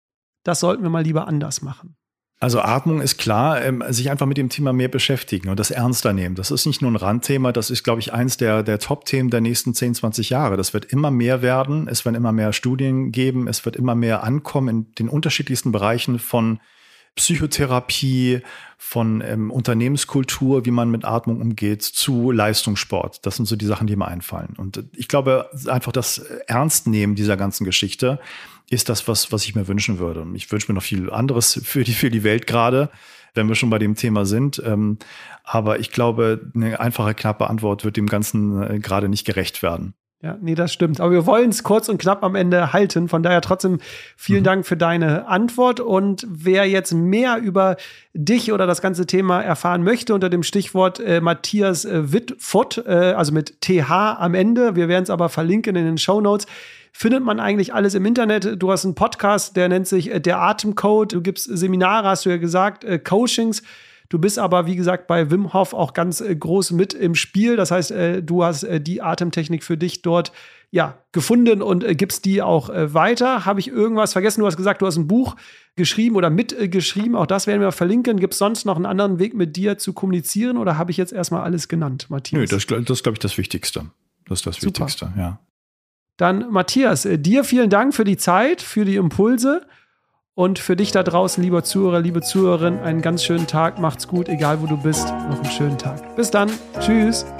das sollten wir mal lieber anders machen? Also Atmung ist klar, ähm, sich einfach mit dem Thema mehr beschäftigen und das ernster nehmen. Das ist nicht nur ein Randthema, das ist, glaube ich, eins der, der Top-Themen der nächsten zehn, zwanzig Jahre. Das wird immer mehr werden, es werden immer mehr Studien geben, es wird immer mehr ankommen in den unterschiedlichsten Bereichen von Psychotherapie, von ähm, Unternehmenskultur, wie man mit Atmung umgeht, zu Leistungssport. Das sind so die Sachen, die mir einfallen. Und ich glaube, einfach das Ernstnehmen dieser ganzen Geschichte ist das, was, was ich mir wünschen würde. Und ich wünsche mir noch viel anderes für die, für die Welt gerade, wenn wir schon bei dem Thema sind. Ähm, aber ich glaube, eine einfache, knappe Antwort wird dem Ganzen äh, gerade nicht gerecht werden. Ja, nee, das stimmt. Aber wir wollen es kurz und knapp am Ende halten. Von daher trotzdem vielen mhm. Dank für deine Antwort. Und wer jetzt mehr über dich oder das ganze Thema erfahren möchte, unter dem Stichwort äh, Matthias äh, Wittfoth, äh, also mit T H am Ende, wir werden es aber verlinken in den Shownotes, findet man eigentlich alles im Internet. Du hast einen Podcast, der nennt sich äh, Der Atemcode. Du gibst Seminare, hast du ja gesagt, äh, Coachings. Du bist aber, wie gesagt, bei Wim Hof auch ganz äh, groß mit im Spiel. Das heißt, äh, du hast äh, die Atemtechnik für dich dort ja, gefunden und äh, gibst die auch äh, weiter. Habe ich irgendwas vergessen? Du hast gesagt, du hast ein Buch geschrieben oder mitgeschrieben. Äh, auch das werden wir verlinken. Gibt es sonst noch einen anderen Weg, mit dir zu kommunizieren? Oder habe ich jetzt erstmal alles genannt, Matthias? Nö, das, das ist, glaube ich, das Wichtigste. Das ist das Super. Wichtigste, ja. Dann, Matthias, äh, dir vielen Dank für die Zeit, für die Impulse. Und für dich da draußen, lieber Zuhörer, liebe Zuhörerin, einen ganz schönen Tag. Macht's gut, egal wo du bist. Noch einen schönen Tag. Bis dann. Tschüss.